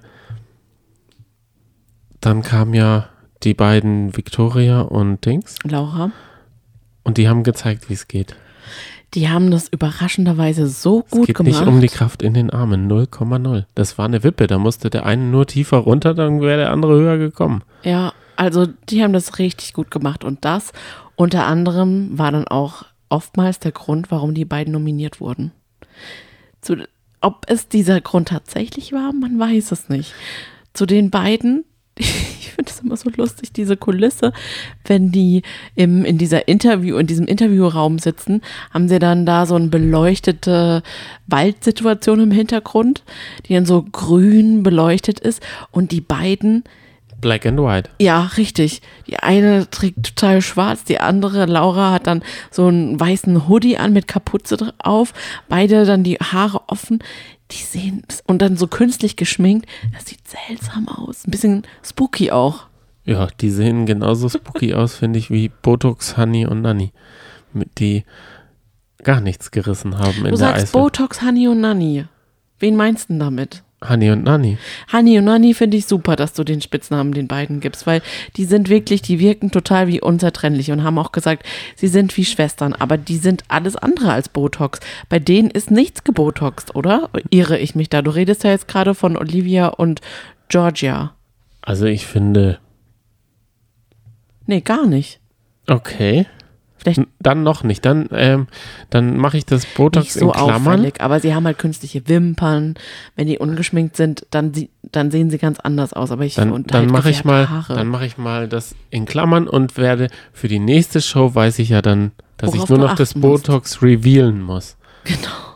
Speaker 2: dann kamen ja die beiden Victoria und Dings.
Speaker 1: Laura.
Speaker 2: Und die haben gezeigt, wie es geht.
Speaker 1: Die haben das überraschenderweise so gut
Speaker 2: es geht
Speaker 1: gemacht.
Speaker 2: Nicht um die Kraft in den Armen, null Komma null. Das war eine Wippe, da musste der eine nur tiefer runter, dann wäre der andere höher gekommen.
Speaker 1: Ja, also die haben das richtig gut gemacht und das unter anderem war dann auch oftmals der Grund, warum die beiden nominiert wurden. Zu, ob es dieser Grund tatsächlich war, man weiß es nicht. Zu den beiden, ich finde es immer so lustig, diese Kulisse, wenn die im, in dieser Interview, in diesem Interviewraum sitzen, haben sie dann da so eine beleuchtete Waldsituation im Hintergrund, die dann so grün beleuchtet ist und die beiden
Speaker 2: Black and White.
Speaker 1: Ja, richtig. Die eine trägt total schwarz, die andere, Laura, hat dann so einen weißen Hoodie an mit Kapuze drauf, beide dann die Haare offen. Die sehen, und dann so künstlich geschminkt, das sieht seltsam aus. Ein bisschen spooky auch.
Speaker 2: Ja, die sehen genauso spooky aus, finde ich, wie Botox, Honey und Nanny, mit die gar nichts gerissen haben in
Speaker 1: du
Speaker 2: der
Speaker 1: sagst
Speaker 2: Eiswippe.
Speaker 1: Botox, Honey und Nanny. Wen meinst du denn damit?
Speaker 2: Honey und Nanny.
Speaker 1: Honey und Nanny finde ich super, dass du den Spitznamen den beiden gibst, weil die sind wirklich, die wirken total wie unzertrennlich und haben auch gesagt, sie sind wie Schwestern, aber die sind alles andere als Botox. Bei denen ist nichts gebotoxt, oder? Irre ich mich da? Du redest ja jetzt gerade von Olivia und Georgia.
Speaker 2: Also ich finde...
Speaker 1: Nee, gar nicht.
Speaker 2: Okay.
Speaker 1: Vielleicht
Speaker 2: dann noch nicht. Dann, ähm, dann mache ich das Botox
Speaker 1: nicht so
Speaker 2: in Klammern.
Speaker 1: auffällig, aber sie haben halt künstliche Wimpern. Wenn die ungeschminkt sind, dann, sie, dann sehen sie ganz anders aus. Aber ich
Speaker 2: dann
Speaker 1: und
Speaker 2: dann
Speaker 1: halt
Speaker 2: mache ich mal,
Speaker 1: Haare.
Speaker 2: dann mache ich mal das in Klammern und werde für die nächste Show weiß ich ja dann, dass
Speaker 1: Worauf
Speaker 2: ich nur
Speaker 1: du
Speaker 2: noch das
Speaker 1: achten musst.
Speaker 2: Botox revealen muss.
Speaker 1: Genau.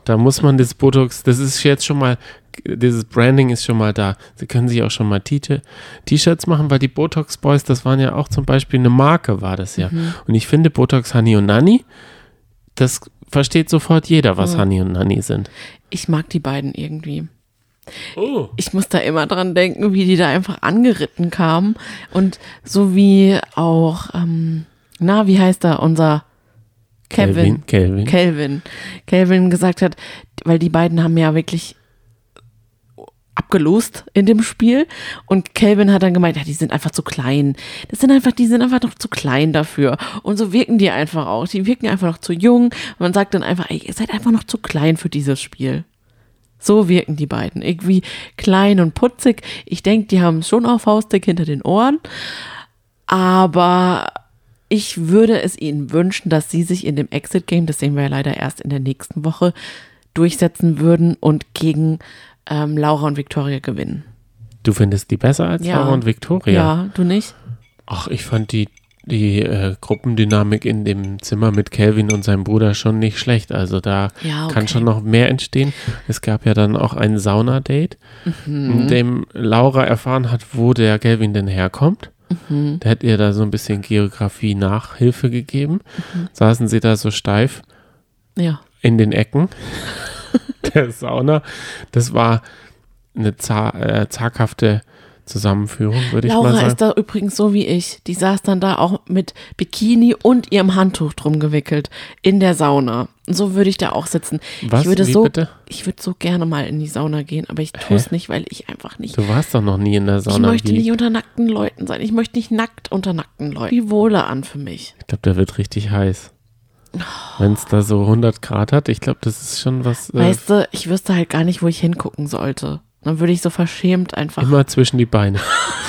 Speaker 2: Da muss man das Botox, das ist jetzt schon mal, dieses Branding ist schon mal da. Sie können sich auch schon mal T- T-Shirts machen, weil die Botox Boys, das waren ja auch zum Beispiel eine Marke, war das ja. Mhm. Und ich finde Botox Hani und Nani, das versteht sofort jeder, was mhm. Hani und Nani sind.
Speaker 1: Ich mag die beiden irgendwie.
Speaker 2: Oh.
Speaker 1: Ich muss da immer dran denken, wie die da einfach angeritten kamen. Und so wie auch, ähm, na, wie heißt da unser Kevin?
Speaker 2: Kelvin.
Speaker 1: Kelvin. Kelvin gesagt hat, weil die beiden haben ja wirklich abgelost in dem Spiel. Und Kelvin hat dann gemeint, ja, die sind einfach zu klein. Das sind einfach, die sind einfach noch zu klein dafür. Und so wirken die einfach auch. Die wirken einfach noch zu jung. Und man sagt dann einfach, ey, ihr seid einfach noch zu klein für dieses Spiel. So wirken die beiden. Irgendwie klein und putzig. Ich denke, die haben schon auch Faustdick hinter den Ohren. Aber ich würde es ihnen wünschen, dass sie sich in dem Exit-Game, das sehen wir ja leider erst in der nächsten Woche, durchsetzen würden und gegen ähm, Laura und Victoria gewinnen.
Speaker 2: Du findest die besser als
Speaker 1: Ja.
Speaker 2: Laura und Victoria?
Speaker 1: Ja, du nicht?
Speaker 2: Ach, ich fand die die äh, Gruppendynamik in dem Zimmer mit Kelvin und seinem Bruder schon nicht schlecht. Also da
Speaker 1: Ja, okay.
Speaker 2: kann schon noch mehr entstehen. Es gab ja dann auch ein Sauna-Date,
Speaker 1: Mhm.
Speaker 2: in dem Laura erfahren hat, wo der Kelvin denn herkommt.
Speaker 1: Mhm.
Speaker 2: Der hat ihr da so ein bisschen Geografie-Nachhilfe gegeben.
Speaker 1: Mhm.
Speaker 2: Saßen sie da so steif
Speaker 1: Ja.
Speaker 2: in den Ecken der Sauna. Das war eine zar- äh, zaghafte Zusammenführung, würde ich mal
Speaker 1: Laura
Speaker 2: sagen.
Speaker 1: ist da übrigens so wie ich. Die saß dann da auch mit Bikini und ihrem Handtuch drum gewickelt in der Sauna. Und so würde ich da auch sitzen.
Speaker 2: Was?
Speaker 1: Ich würde
Speaker 2: Wie
Speaker 1: so,
Speaker 2: bitte?
Speaker 1: ich würde so gerne mal in die Sauna gehen, aber ich tue es nicht, weil ich einfach nicht.
Speaker 2: Du warst doch noch nie in der
Speaker 1: Ich
Speaker 2: Sauna.
Speaker 1: möchte
Speaker 2: Wie?
Speaker 1: nicht unter nackten Leuten sein. Ich möchte nicht nackt unter nackten Leuten. Wie wohle an für mich.
Speaker 2: Ich glaube, der wird richtig heiß. Wenn es da so hundert Grad hat, ich glaube, das ist schon was. Äh,
Speaker 1: Weißt du, ich wüsste halt gar nicht, wo ich hingucken sollte. Dann würde ich so verschämt einfach.
Speaker 2: immer zwischen die Beine.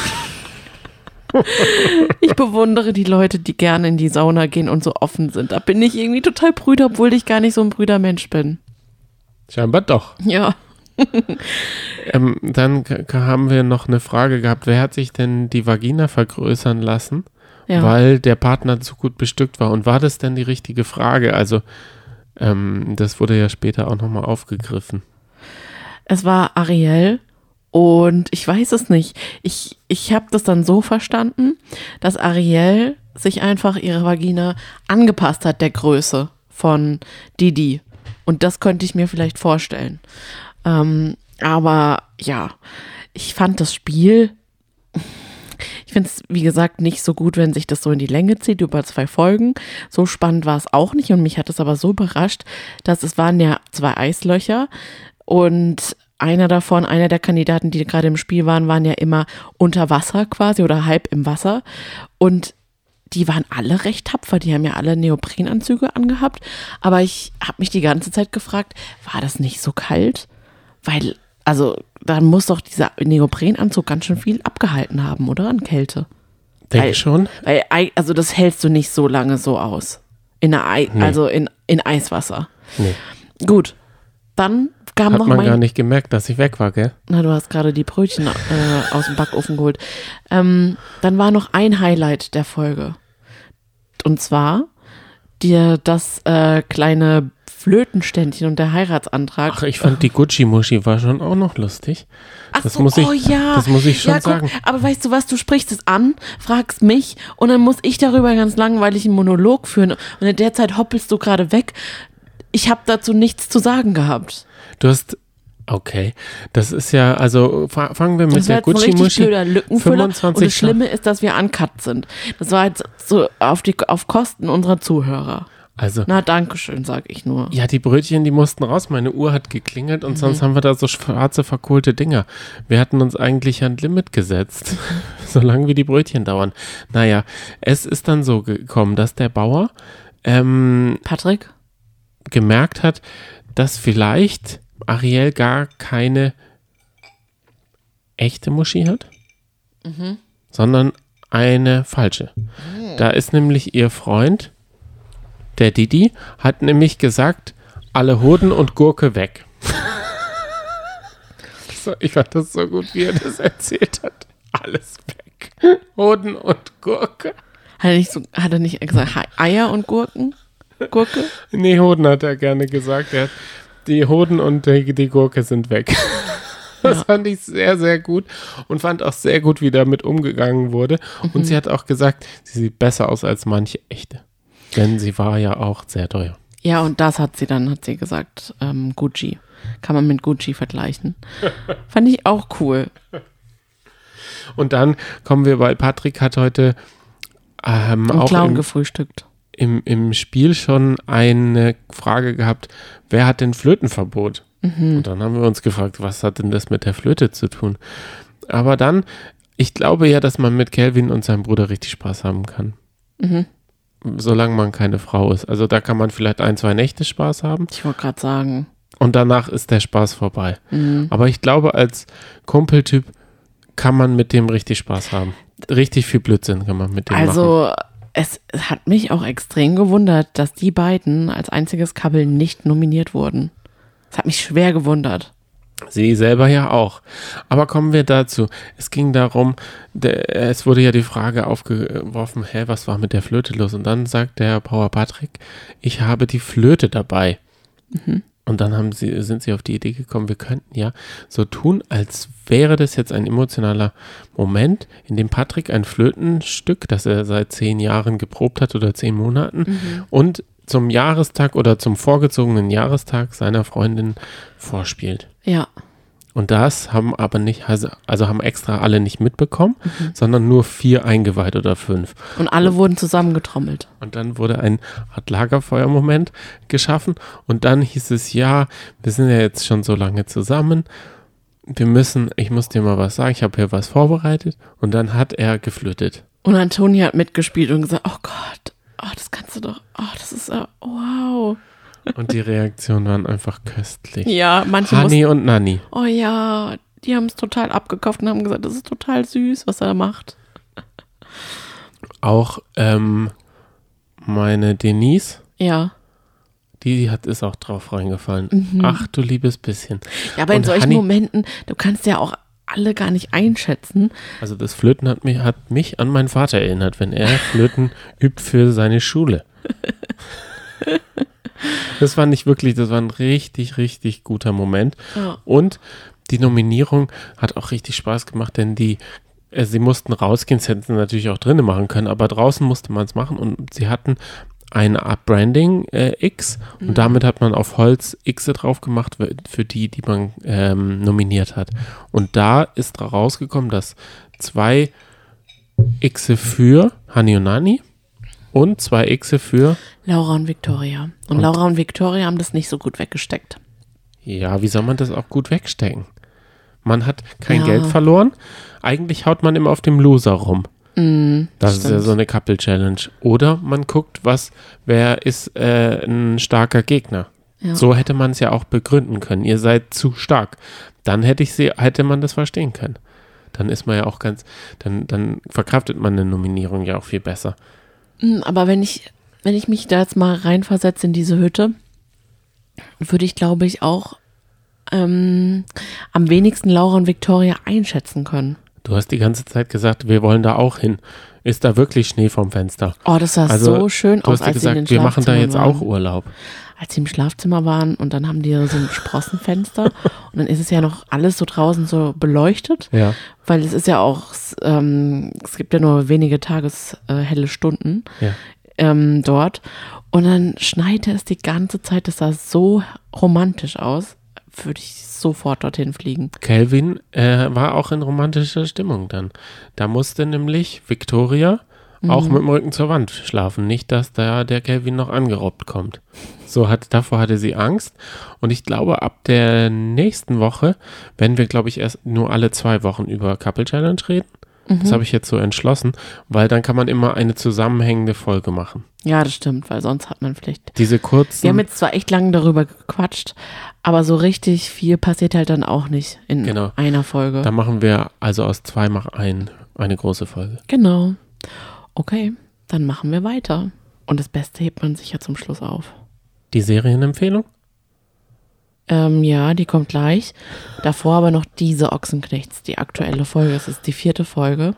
Speaker 1: Ich bewundere die Leute, die gerne in die Sauna gehen und so offen sind. Da bin ich irgendwie total brüder, obwohl ich gar nicht so ein Brüdermensch bin.
Speaker 2: Scheinbar doch.
Speaker 1: Ja.
Speaker 2: Ähm, dann k- k- haben wir noch eine Frage gehabt. Wer hat sich denn die Vagina vergrößern lassen,
Speaker 1: Ja.
Speaker 2: weil der Partner zu gut bestückt war? Und war das denn die richtige Frage? Also, ähm, das wurde ja später auch nochmal aufgegriffen.
Speaker 1: Es war Ariel und ich weiß es nicht. Ich, ich habe das dann so verstanden, dass Ariel sich einfach ihre Vagina angepasst hat der Größe von Didi. Und das könnte ich mir vielleicht vorstellen. Ähm, aber ja, ich fand das Spiel, ich finde es, wie gesagt, nicht so gut, wenn sich das so in die Länge zieht über zwei Folgen. So spannend war es auch nicht und mich hat es aber so überrascht, dass es waren ja zwei Eislöcher und einer davon, einer der Kandidaten, die gerade im Spiel waren, waren ja immer unter Wasser quasi oder halb im Wasser und die waren alle recht tapfer, die haben ja alle Neoprenanzüge angehabt, aber ich habe mich die ganze Zeit gefragt, war das nicht so kalt? Weil, also, da muss doch dieser Neoprenanzug ganz schön viel abgehalten haben, oder? An Kälte.
Speaker 2: Denke
Speaker 1: Weil-
Speaker 2: schon.
Speaker 1: Weil, Ei- also das hältst du nicht so lange so aus. In der Ei,
Speaker 2: Nee.
Speaker 1: also in, in Eiswasser.
Speaker 2: Nee.
Speaker 1: Gut. Dann kam
Speaker 2: Hat
Speaker 1: noch
Speaker 2: man
Speaker 1: mein.
Speaker 2: gar nicht gemerkt, dass ich weg war, gell?
Speaker 1: Na, du hast gerade die Brötchen äh, aus dem Backofen geholt. Ähm, dann war noch ein Highlight der Folge. Und zwar dir das äh, kleine Flötenständchen und der Heiratsantrag.
Speaker 2: Ach, ich fand die Gucci-Muschi war schon auch noch lustig.
Speaker 1: Ach
Speaker 2: das
Speaker 1: so,
Speaker 2: muss ich-
Speaker 1: oh ja.
Speaker 2: das muss ich schon
Speaker 1: ja, guck,
Speaker 2: sagen.
Speaker 1: Aber weißt du was, du sprichst es an, fragst mich und dann muss ich darüber ganz langweilig einen Monolog führen und in der Zeit hoppelst du gerade weg. Ich habe dazu nichts zu sagen gehabt.
Speaker 2: Du hast, okay, das ist ja, also fa- fangen wir mit
Speaker 1: Das war
Speaker 2: der
Speaker 1: jetzt ein richtig
Speaker 2: Gucci-Muschi.
Speaker 1: blöder Lückenfüller und
Speaker 2: fünfundzwanzig
Speaker 1: das Schlimme ist, dass wir uncut sind. Das war jetzt so auf, die, auf Kosten unserer Zuhörer.
Speaker 2: Also,
Speaker 1: Na, dankeschön, sag ich nur.
Speaker 2: ja, die Brötchen, die mussten raus. Meine Uhr hat geklingelt und
Speaker 1: Mhm.
Speaker 2: sonst haben wir da so schwarze, verkohlte Dinger. Wir hatten uns eigentlich ein Limit gesetzt, solange wie die Brötchen dauern. Naja, es ist dann so gekommen, dass der Bauer ähm,
Speaker 1: Patrick?
Speaker 2: gemerkt hat, dass vielleicht Ariel gar keine echte Muschi hat, sondern eine falsche. Da ist nämlich ihr Freund, der Didi, hat nämlich gesagt, alle Hoden und Gurke weg. So, ich fand das so gut, wie er das erzählt hat. Alles weg. Hoden und Gurke.
Speaker 1: Hat er nicht, so, hat er nicht gesagt, Eier und Gurken? Gurke?
Speaker 2: Nee, Hoden hat er gerne gesagt. Er hat die Hoden und die, die Gurke sind weg. Das ja. fand ich sehr, sehr gut und fand auch sehr gut, wie damit umgegangen wurde. Mhm. Und sie hat auch gesagt, sie sieht besser aus als manche echte. Denn sie war ja auch sehr teuer.
Speaker 1: Ja, und das hat sie dann, hat sie gesagt, ähm, Gucci. Kann man mit Gucci vergleichen. Fand ich auch cool.
Speaker 2: Und dann kommen wir, weil Patrick hat heute ähm, auch
Speaker 1: Clown
Speaker 2: im,
Speaker 1: gefrühstückt.
Speaker 2: Im, im Spiel schon eine Frage gehabt, wer hat denn Flötenverbot? Mhm. Und dann haben wir uns gefragt, was hat denn das mit der Flöte zu tun? Aber dann, ich glaube ja, dass man mit Kelvin und seinem Bruder richtig Spaß haben kann. Mhm. Solange man keine Frau ist. Also da kann man vielleicht ein, zwei Nächte Spaß haben.
Speaker 1: Ich wollte gerade sagen.
Speaker 2: Und danach ist der Spaß vorbei.
Speaker 1: Mhm.
Speaker 2: Aber ich glaube, als Kumpeltyp kann man mit dem richtig Spaß haben. Richtig viel Blödsinn kann man mit dem
Speaker 1: also,
Speaker 2: machen.
Speaker 1: Also es hat mich auch extrem gewundert, dass die beiden als einziges Couple nicht nominiert wurden. Das hat mich schwer gewundert.
Speaker 2: Sie selber ja auch. Aber kommen wir dazu. Es ging darum, der, es wurde ja die Frage aufgeworfen, hä, was war mit der Flöte los? Und dann sagt der Power Patrick, ich habe die Flöte dabei.
Speaker 1: Mhm.
Speaker 2: Und dann haben sie, sind sie auf die Idee gekommen, wir könnten ja so tun, als wäre das jetzt ein emotionaler Moment, in dem Patrick ein Flötenstück, das er seit zehn Jahren geprobt hat oder zehn Monaten
Speaker 1: mhm.
Speaker 2: und zum Jahrestag oder zum vorgezogenen Jahrestag seiner Freundin vorspielt.
Speaker 1: Ja.
Speaker 2: Und das haben aber nicht, also, also haben extra alle nicht mitbekommen,
Speaker 1: mhm.
Speaker 2: sondern nur vier eingeweiht oder fünf.
Speaker 1: Und alle und, wurden zusammengetrommelt.
Speaker 2: Und dann wurde ein Art Lagerfeuermoment geschaffen und dann hieß es, ja, wir sind ja jetzt schon so lange zusammen, wir müssen, ich muss dir mal was sagen, ich habe hier was vorbereitet und dann hat er geflötet.
Speaker 1: Und Antonia hat mitgespielt und gesagt, oh Gott, oh, das kannst du doch, oh, das ist, uh, wow.
Speaker 2: Und die Reaktionen waren einfach köstlich.
Speaker 1: Ja, manche
Speaker 2: Hani
Speaker 1: mussten,
Speaker 2: und Nanni.
Speaker 1: Oh ja, die haben es total abgekauft und haben gesagt, das ist total süß, was er macht.
Speaker 2: Auch ähm, meine Denise.
Speaker 1: Ja.
Speaker 2: Die hat ist auch drauf reingefallen.
Speaker 1: Mhm.
Speaker 2: Ach, du liebes bisschen.
Speaker 1: Ja, aber
Speaker 2: und
Speaker 1: in solchen
Speaker 2: Hani,
Speaker 1: Momenten, du kannst ja auch alle gar nicht einschätzen.
Speaker 2: Also das Flöten hat mich, hat mich an meinen Vater erinnert, wenn er Flöten übt für seine Schule. Das war nicht wirklich, das war ein richtig, richtig guter Moment.
Speaker 1: Ja.
Speaker 2: Und die Nominierung hat auch richtig Spaß gemacht, denn die, äh, sie mussten rausgehen, das hätten sie natürlich auch drinnen machen können, aber draußen musste man es machen und sie hatten eine Art Branding äh, X und
Speaker 1: mhm.
Speaker 2: damit hat man auf Holz Xe drauf gemacht für die, die man ähm, nominiert hat. Und da ist rausgekommen, dass zwei Xe für Hani und Nanni und zwei Xe für
Speaker 1: Laura und Victoria. Und, und Laura und Victoria haben das nicht so gut weggesteckt.
Speaker 2: Ja, wie soll man das auch gut wegstecken? Man hat kein
Speaker 1: ja.
Speaker 2: Geld verloren. Eigentlich haut man immer auf dem Loser rum.
Speaker 1: Mm,
Speaker 2: das
Speaker 1: stimmt.
Speaker 2: ist ja so eine Couple-Challenge. Oder man guckt, was, wer ist äh, ein starker Gegner.
Speaker 1: Ja.
Speaker 2: So hätte man es ja auch begründen können. Ihr seid zu stark. Dann hätte ich sie, hätte man das verstehen können. Dann ist man ja auch ganz, dann, dann verkraftet man eine Nominierung ja auch viel besser.
Speaker 1: Aber wenn ich, wenn ich mich da jetzt mal reinversetze in diese Hütte, würde ich, glaube ich, auch ähm, am wenigsten Laura und Victoria einschätzen können.
Speaker 2: Du hast die ganze Zeit gesagt, wir wollen da auch hin. Ist da wirklich Schnee vom Fenster?
Speaker 1: Oh, das sah
Speaker 2: also,
Speaker 1: so schön
Speaker 2: du
Speaker 1: aus,
Speaker 2: hast
Speaker 1: als
Speaker 2: gesagt,
Speaker 1: sie in den
Speaker 2: wir machen da jetzt
Speaker 1: waren.
Speaker 2: auch Urlaub.
Speaker 1: Als sie im Schlafzimmer waren und dann haben die so ein Sprossenfenster und dann ist es ja noch alles so draußen so beleuchtet,
Speaker 2: ja.
Speaker 1: weil es ist ja auch, ähm, es gibt ja nur wenige tageshelle äh, Stunden
Speaker 2: ja.
Speaker 1: ähm, dort und dann schneite es die ganze Zeit, das sah so romantisch aus, würde ich sofort dorthin fliegen.
Speaker 2: Kelvin äh, war auch in romantischer Stimmung dann. Da musste nämlich Victoria mhm. auch mit dem Rücken zur Wand schlafen. Nicht, dass da der Kelvin noch angerobbt kommt. So hat, davor hatte sie Angst. Und ich glaube, ab der nächsten Woche werden wir, glaube ich, erst nur alle zwei Wochen über Couple Challenge reden. Mhm. Das habe ich jetzt so entschlossen, weil dann kann man immer eine zusammenhängende Folge machen.
Speaker 1: Ja, das stimmt, weil sonst hat man vielleicht...
Speaker 2: Diese kurzen...
Speaker 1: Wir haben jetzt zwar echt lange darüber gequatscht, aber so richtig viel passiert halt dann auch nicht in
Speaker 2: genau.
Speaker 1: einer Folge.
Speaker 2: Da machen wir also aus zwei mach ein, eine große Folge.
Speaker 1: Genau. Okay, dann machen wir weiter. Und das Beste hebt man sich ja zum Schluss auf.
Speaker 2: Die Serienempfehlung?
Speaker 1: Ähm, ja, die kommt gleich. Davor aber noch diese Ochsenknechts, die aktuelle Folge. Es ist die vierte Folge.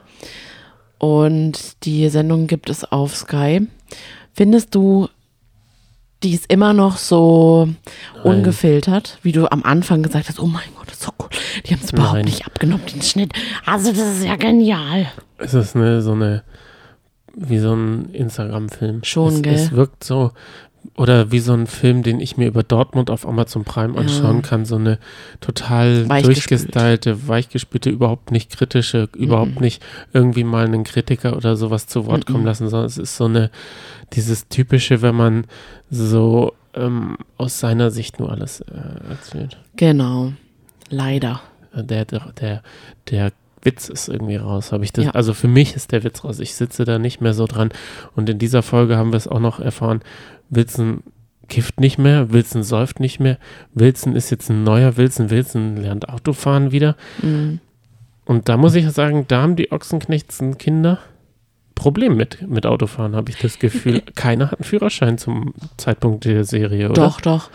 Speaker 1: Und die Sendung gibt es auf Sky. Findest du, die ist immer noch so
Speaker 2: Nein.
Speaker 1: ungefiltert, wie du am Anfang gesagt hast, oh mein Gott, das ist so cool. Die haben es überhaupt
Speaker 2: Nein.
Speaker 1: nicht abgenommen, den Schnitt. Also das ist ja genial.
Speaker 2: Es ist eine, so eine, wie so ein Instagram-Film.
Speaker 1: Schon,
Speaker 2: es,
Speaker 1: gell?
Speaker 2: Es wirkt so, oder wie so ein Film, den ich mir über Dortmund auf Amazon Prime anschauen
Speaker 1: Ja.
Speaker 2: kann. So eine total
Speaker 1: Weichgespült.
Speaker 2: durchgestylte, weichgespülte, überhaupt nicht kritische, überhaupt
Speaker 1: Mhm.
Speaker 2: nicht irgendwie mal einen Kritiker oder sowas zu Wort kommen
Speaker 1: Mhm.
Speaker 2: lassen, sondern es ist so eine, dieses typische, wenn man so ähm, aus seiner Sicht nur alles äh, erzählt.
Speaker 1: Genau, leider.
Speaker 2: Der, der, der, der Witz ist irgendwie raus, habe ich das.
Speaker 1: Ja.
Speaker 2: Also für mich ist der Witz raus. Ich sitze da nicht mehr so dran. Und in dieser Folge haben wir es auch noch erfahren, Wilson kifft nicht mehr, Wilson säuft nicht mehr. Wilson ist jetzt ein neuer Wilson. Wilson lernt Autofahren wieder.
Speaker 1: Mhm.
Speaker 2: Und da muss ich sagen, da haben die Ochsenknechtsen Kinder Problem mit, mit Autofahren, habe ich das Gefühl. Keiner hat einen Führerschein zum Zeitpunkt der Serie, oder?
Speaker 1: Doch, doch.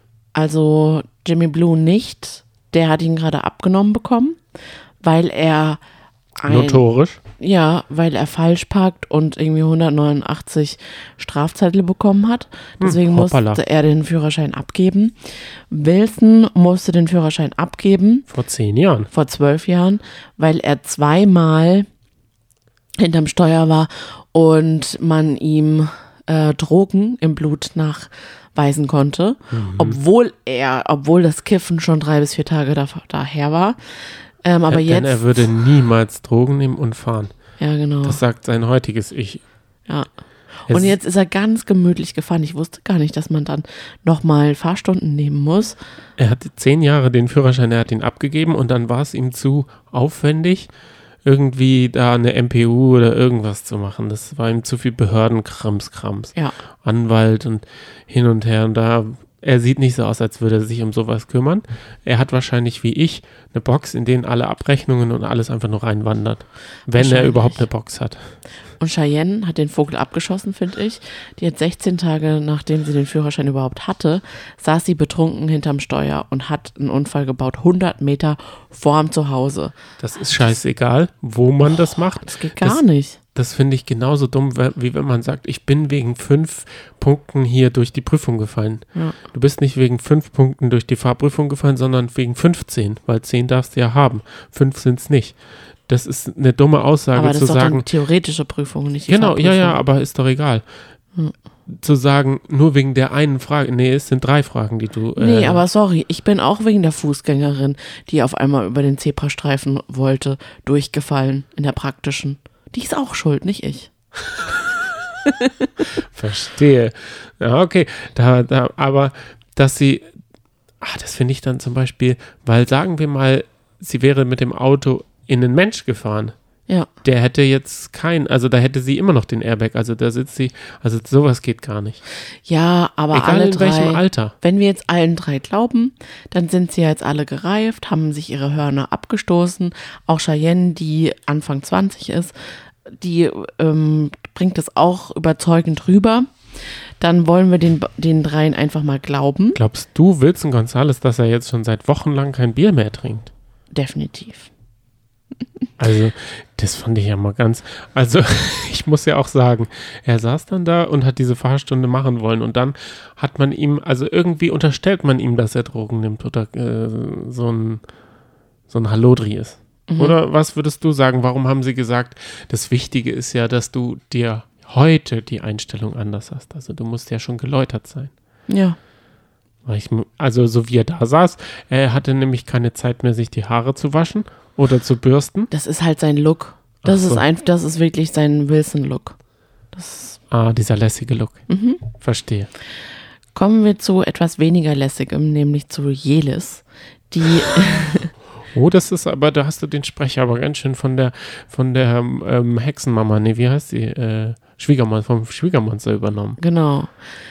Speaker 1: Also Jimmy Blue nicht. Der hat ihn gerade abgenommen bekommen, weil er ein,
Speaker 2: Notorisch.
Speaker 1: ja, weil er falsch parkt und irgendwie hundertneunundachtzig Strafzettel bekommen hat. Deswegen
Speaker 2: Hm, hoppala.
Speaker 1: musste er den Führerschein abgeben. Wilson musste den Führerschein abgeben
Speaker 2: Vor zehn Jahren.
Speaker 1: vor zwölf Jahren, weil er zweimal hinterm Steuer war und man ihm äh, Drogen im Blut nachweisen konnte,
Speaker 2: Mhm.
Speaker 1: obwohl er, obwohl das Kiffen schon drei bis vier Tage da, daher war. Ähm, aber
Speaker 2: Denn
Speaker 1: jetzt,
Speaker 2: er würde niemals Drogen nehmen und fahren.
Speaker 1: ja genau,
Speaker 2: Das sagt sein heutiges Ich.
Speaker 1: ja.
Speaker 2: Es-
Speaker 1: Und jetzt ist er ganz gemütlich gefahren. Ich wusste gar nicht, dass man dann nochmal Fahrstunden nehmen muss.
Speaker 2: Er hatte zehn Jahre den Führerschein, er hat ihn abgegeben und dann war es ihm zu aufwendig, irgendwie da eine M P U oder irgendwas zu machen. Das war ihm zu viel Behördenkrams-Krams.
Speaker 1: Ja,
Speaker 2: Anwalt und hin und her und da. Er sieht nicht so aus, als würde er sich um sowas kümmern. Er hat wahrscheinlich wie ich eine Box, in denen alle Abrechnungen und alles einfach nur reinwandert. Wenn er
Speaker 1: Wahrscheinlich.
Speaker 2: überhaupt eine Box hat.
Speaker 1: und Cheyenne hat den Vogel abgeschossen, finde ich. Die hat sechzehn Tage, nachdem sie den Führerschein überhaupt hatte, saß sie betrunken hinterm Steuer und hat einen Unfall gebaut, hundert Meter vorm Zuhause.
Speaker 2: Das ist scheißegal, wo man das macht.
Speaker 1: Das geht gar
Speaker 2: Das-
Speaker 1: nicht.
Speaker 2: Das finde ich genauso dumm, we- wie wenn man sagt, ich bin wegen fünf Punkten hier durch die Prüfung gefallen.
Speaker 1: Ja.
Speaker 2: Du bist nicht wegen fünf Punkten durch die Fahrprüfung gefallen, sondern wegen fünfzehn, weil zehn darfst du ja haben. Fünf sind es nicht. Das ist eine dumme Aussage
Speaker 1: Aber das
Speaker 2: zu
Speaker 1: ist doch
Speaker 2: sagen.
Speaker 1: dann theoretische Prüfung, nicht die
Speaker 2: Genau, ja, ja,
Speaker 1: Fahrprüfung.
Speaker 2: aber ist doch egal.
Speaker 1: Hm.
Speaker 2: Zu sagen, nur wegen der einen Frage. Nee, es sind drei Fragen, die du.
Speaker 1: Nee,
Speaker 2: äh,
Speaker 1: aber sorry, ich bin auch wegen der Fußgängerin, die auf einmal über den Zebrastreifen wollte, durchgefallen in der praktischen. Die ist auch schuld, nicht ich.
Speaker 2: Verstehe. Ja, okay. Da, da, aber dass sie, ah, das finde ich dann zum Beispiel, weil sagen wir mal, sie wäre mit dem Auto in einen Mensch gefahren.
Speaker 1: Ja,
Speaker 2: Der hätte jetzt kein, also da hätte sie immer noch den Airbag. Also da sitzt sie, also sowas geht gar nicht.
Speaker 1: ja, aber
Speaker 2: Egal
Speaker 1: alle
Speaker 2: in
Speaker 1: drei,
Speaker 2: welchem Alter.
Speaker 1: wenn wir jetzt allen drei glauben, dann sind sie jetzt alle gereift, haben sich ihre Hörner abgestoßen. Auch Cheyenne, die Anfang zwanzig ist, die ähm, bringt es auch überzeugend rüber. Dann wollen wir den, den dreien einfach mal glauben.
Speaker 2: Glaubst du, Wilson Gonzalez, dass er jetzt schon seit Wochen lang kein Bier mehr trinkt?
Speaker 1: Definitiv.
Speaker 2: Also, das fand ich ja mal ganz, also ich muss ja auch sagen, er saß dann da und hat diese Fahrstunde machen wollen und dann hat man ihm, also irgendwie unterstellt man ihm, dass er Drogen nimmt oder äh, so ein, so ein Hallodri ist.
Speaker 1: Mhm.
Speaker 2: Oder was würdest du sagen, warum haben sie gesagt, das Wichtige ist ja, dass du dir heute die Einstellung anders hast, also du musst ja schon geläutert sein.
Speaker 1: Ja.
Speaker 2: Weil ich, also so wie er da saß, er hatte nämlich keine Zeit mehr, sich die Haare zu waschen oder zu bürsten.
Speaker 1: Das ist halt sein Look. Das
Speaker 2: Ach so.
Speaker 1: ist ein, das ist wirklich sein Wilson-Look. Das
Speaker 2: Ah, dieser lässige Look.
Speaker 1: mhm.
Speaker 2: Verstehe.
Speaker 1: Kommen wir zu etwas weniger lässigem, nämlich zu Jelis, die
Speaker 2: Oh, das ist aber, da hast du den Sprecher aber ganz schön von der, von der ähm, Hexenmama, nee, wie heißt die? Äh, Schwiegermann, vom Schwiegermonster übernommen.
Speaker 1: genau,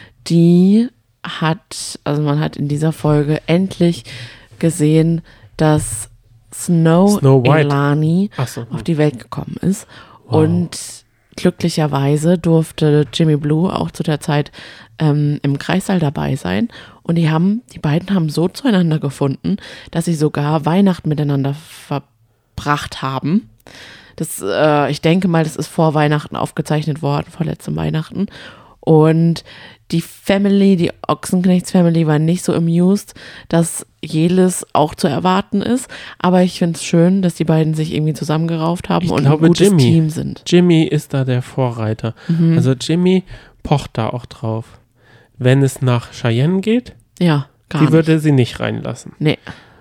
Speaker 1: die hat, also man hat in dieser Folge endlich gesehen, dass Snow,
Speaker 2: Snow White.
Speaker 1: Elani
Speaker 2: Ach so.
Speaker 1: auf die Welt gekommen ist.
Speaker 2: Wow.
Speaker 1: Und glücklicherweise durfte Jimmy Blue auch zu der Zeit ähm, im Kreissaal dabei sein. Und die haben, die beiden haben so zueinander gefunden, dass sie sogar Weihnachten miteinander verbracht haben. Das, äh, ich denke mal, das ist vor Weihnachten aufgezeichnet worden, vor letztem Weihnachten. Und die Family, die Ochsenknechts-Family war nicht so amused, dass Jelis auch zu erwarten ist. Aber ich finde es schön, dass die beiden sich irgendwie zusammengerauft haben
Speaker 2: Ich
Speaker 1: und
Speaker 2: glaube,
Speaker 1: ein gutes
Speaker 2: Jimmy,
Speaker 1: Team sind.
Speaker 2: Jimmy ist da der Vorreiter.
Speaker 1: Mhm.
Speaker 2: Also Jimmy pocht da auch drauf. Wenn es nach Cheyenne geht,
Speaker 1: Ja, gar
Speaker 2: sie
Speaker 1: nicht.
Speaker 2: würde sie nicht reinlassen.
Speaker 1: Nee.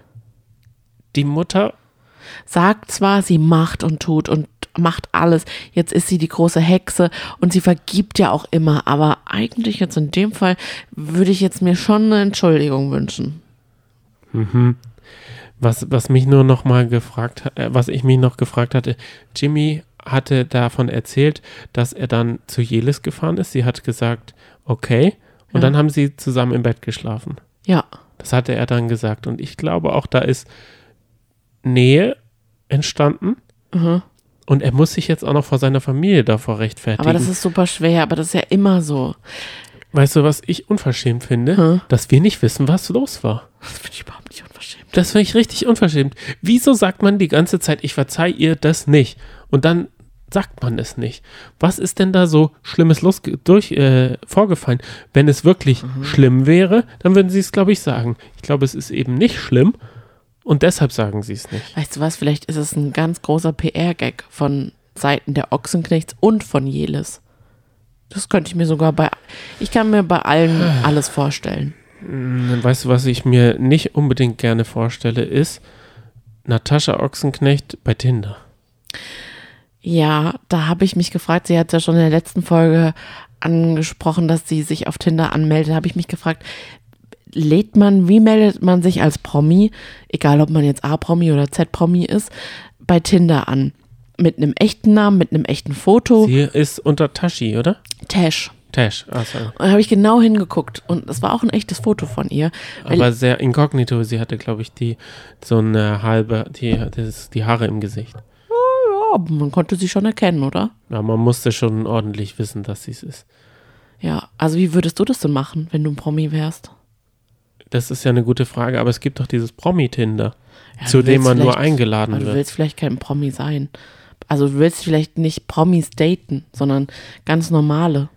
Speaker 2: Die Mutter,
Speaker 1: Sagt zwar, sie macht und tut und macht alles. Jetzt ist sie die große Hexe und sie vergibt ja auch immer. Aber eigentlich jetzt in dem Fall würde ich jetzt mir schon eine Entschuldigung wünschen.
Speaker 2: mhm. was, was mich nur noch mal gefragt, äh, was ich mich noch gefragt hatte, Jimmy hatte davon erzählt, dass er dann zu Jelis gefahren ist. Sie hat gesagt, okay. Und
Speaker 1: Ja.
Speaker 2: dann haben sie zusammen im Bett geschlafen.
Speaker 1: Ja,
Speaker 2: Das hatte er dann gesagt. Und ich glaube auch, da ist Nähe entstanden.
Speaker 1: mhm.
Speaker 2: Und er muss sich jetzt auch noch vor seiner Familie davor rechtfertigen.
Speaker 1: aber das ist super schwer, aber das ist ja immer so.
Speaker 2: Weißt du, was ich unverschämt finde?
Speaker 1: Hm?
Speaker 2: Dass wir nicht wissen, was los war.
Speaker 1: Das finde ich überhaupt nicht unverschämt.
Speaker 2: Das finde ich richtig unverschämt. Wieso sagt man die ganze Zeit, ich verzeih ihr das nicht? Und dann sagt man es nicht. Was ist denn da so Schlimmes los durch, äh, vorgefallen? Wenn es wirklich
Speaker 1: Mhm.
Speaker 2: schlimm wäre, dann würden sie es, glaube ich, sagen. Ich glaube, es ist eben nicht schlimm und deshalb sagen sie es nicht.
Speaker 1: Weißt du was, vielleicht ist es ein ganz großer P R-Gag von Seiten der Ochsenknechts und von Jelis. Das könnte ich mir sogar bei, ich kann mir bei allen alles vorstellen.
Speaker 2: Hm, Weißt du, was ich mir nicht unbedingt gerne vorstelle, ist Natascha Ochsenknecht bei Tinder.
Speaker 1: Ja, da habe ich mich gefragt, sie hat ja schon in der letzten Folge angesprochen, dass sie sich auf Tinder anmeldet, da habe ich mich gefragt, lädt man, wie meldet man sich als Promi, egal ob man jetzt A-Promi oder Z-Promi ist, bei Tinder an? Mit einem echten Namen, mit einem echten Foto.
Speaker 2: Sie ist unter Tashi, oder?
Speaker 1: Tash.
Speaker 2: Tash, also.
Speaker 1: Und da habe ich genau hingeguckt und es war auch ein echtes Foto von ihr. Weil,
Speaker 2: Aber sehr inkognito. Sie hatte, glaube ich, die so eine halbe, die, das, die Haare im Gesicht.
Speaker 1: ja, man konnte sie schon erkennen, oder?
Speaker 2: Ja, man musste schon ordentlich wissen, dass sie es ist.
Speaker 1: Ja, also wie würdest du das denn machen, wenn du ein Promi wärst?
Speaker 2: Das ist ja eine gute Frage, aber es gibt doch dieses Promi-Tinder,
Speaker 1: Ja,
Speaker 2: zu
Speaker 1: du
Speaker 2: dem
Speaker 1: willst
Speaker 2: man nur
Speaker 1: vielleicht-
Speaker 2: eingeladen
Speaker 1: Aber du
Speaker 2: wird.
Speaker 1: willst vielleicht kein Promi sein. Also du willst vielleicht nicht Promis daten, sondern ganz normale.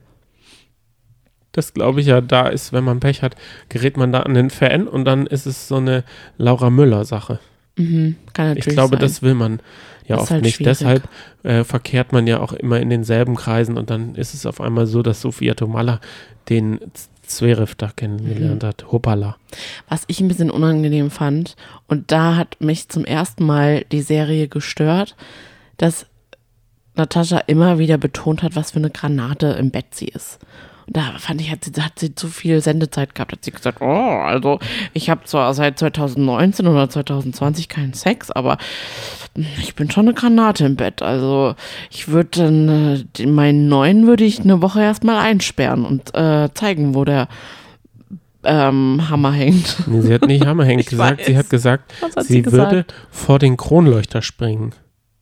Speaker 2: Das glaube ich ja, da ist, wenn man Pech hat, gerät man da an den Fan und dann ist es so eine Laura Müller-Sache.
Speaker 1: Mhm, kann natürlich
Speaker 2: Ich glaube,
Speaker 1: sein.
Speaker 2: das will man ja
Speaker 1: Das ist
Speaker 2: oft
Speaker 1: halt
Speaker 2: nicht.
Speaker 1: schwierig.
Speaker 2: Deshalb äh, verkehrt man ja auch immer in denselben Kreisen und dann ist es auf einmal so, dass Sophia Tomalla den Z- Zverev da kennengelernt
Speaker 1: Mhm.
Speaker 2: hat. Hoppala.
Speaker 1: Was ich ein bisschen unangenehm fand, und da hat mich zum ersten Mal die Serie gestört, dass Natascha immer wieder betont hat, was für eine Granate im Bett sie ist. Und da fand ich, hat sie, hat sie zu viel Sendezeit gehabt. Hat sie gesagt, oh, also ich habe zwar seit zwanzig neunzehn oder zwanzig zwanzig keinen Sex, aber ich bin schon eine Granate im Bett. Also ich würde dann, äh, den- meinen neuen würde ich eine Woche erstmal einsperren und äh, zeigen, wo der ähm, Hammer hängt.
Speaker 2: Nee, sie hat nicht Hammerhängt
Speaker 1: Ich
Speaker 2: gesagt. Sie
Speaker 1: weiß.
Speaker 2: hat gesagt,
Speaker 1: Was hat
Speaker 2: sie,
Speaker 1: sie gesagt?
Speaker 2: würde vor den Kronleuchter springen.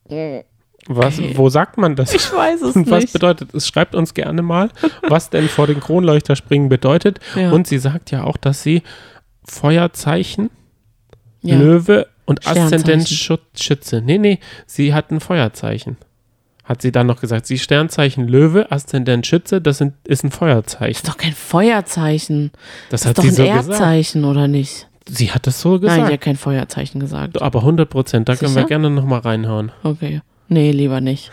Speaker 2: Was,
Speaker 1: Okay.
Speaker 2: wo sagt man das?
Speaker 1: Ich weiß es
Speaker 2: Und was
Speaker 1: nicht.
Speaker 2: bedeutet es? Schreibt uns gerne mal, was denn vor den Kronleuchter springen bedeutet.
Speaker 1: Ja.
Speaker 2: Und sie sagt ja auch, dass sie Feuerzeichen,
Speaker 1: Ja.
Speaker 2: Löwe und
Speaker 1: Sternzeichen.
Speaker 2: Aszendent Schu- Schütze. Nee, nee, sie hat ein Feuerzeichen. Hat sie dann noch gesagt. Sie Sternzeichen Löwe, Aszendent Schütze, das sind, ist ein
Speaker 1: Das
Speaker 2: Feuerzeichen.
Speaker 1: ist doch kein Feuerzeichen.
Speaker 2: Das,
Speaker 1: Das
Speaker 2: hat
Speaker 1: ist doch
Speaker 2: sie
Speaker 1: ein
Speaker 2: so gesagt.
Speaker 1: Erdzeichen, oder nicht?
Speaker 2: Sie hat das so
Speaker 1: Nein,
Speaker 2: gesagt.
Speaker 1: die hat kein Feuerzeichen gesagt.
Speaker 2: Aber hundert Prozent, da können wir
Speaker 1: Sicher?
Speaker 2: gerne nochmal reinhauen.
Speaker 1: Okay. Nee, lieber nicht.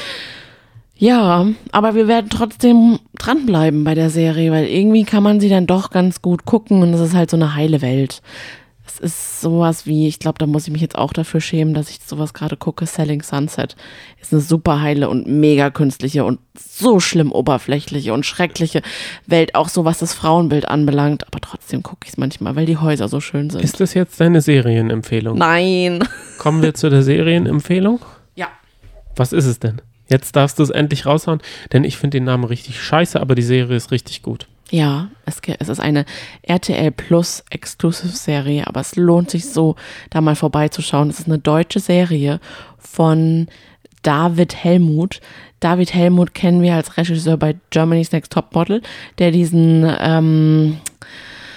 Speaker 1: Ja, aber wir werden trotzdem dranbleiben bei der Serie, weil irgendwie kann man sie dann doch ganz gut gucken und es ist halt so eine heile Welt. Es ist sowas wie, ich glaube, da muss ich mich jetzt auch dafür schämen, dass ich sowas gerade gucke, Selling Sunset. Ist eine super heile und mega künstliche und so schlimm oberflächliche und schreckliche Welt, auch so was das Frauenbild anbelangt, aber trotzdem gucke ich es manchmal, weil die Häuser so schön sind.
Speaker 2: Ist das jetzt deine Serienempfehlung?
Speaker 1: Nein.
Speaker 2: Kommen wir zu der Serienempfehlung?
Speaker 1: Ja.
Speaker 2: Was ist es denn? Jetzt darfst du es endlich raushauen, denn ich finde den Namen richtig scheiße, aber die Serie ist richtig gut.
Speaker 1: Ja, es, ge- es ist eine R T L Plus Exclusive Serie, aber es lohnt sich so, da mal vorbeizuschauen. Es ist eine deutsche Serie von David Hellmuth. David Hellmuth kennen wir als Regisseur bei Germany's Next Topmodel, der diesen ähm,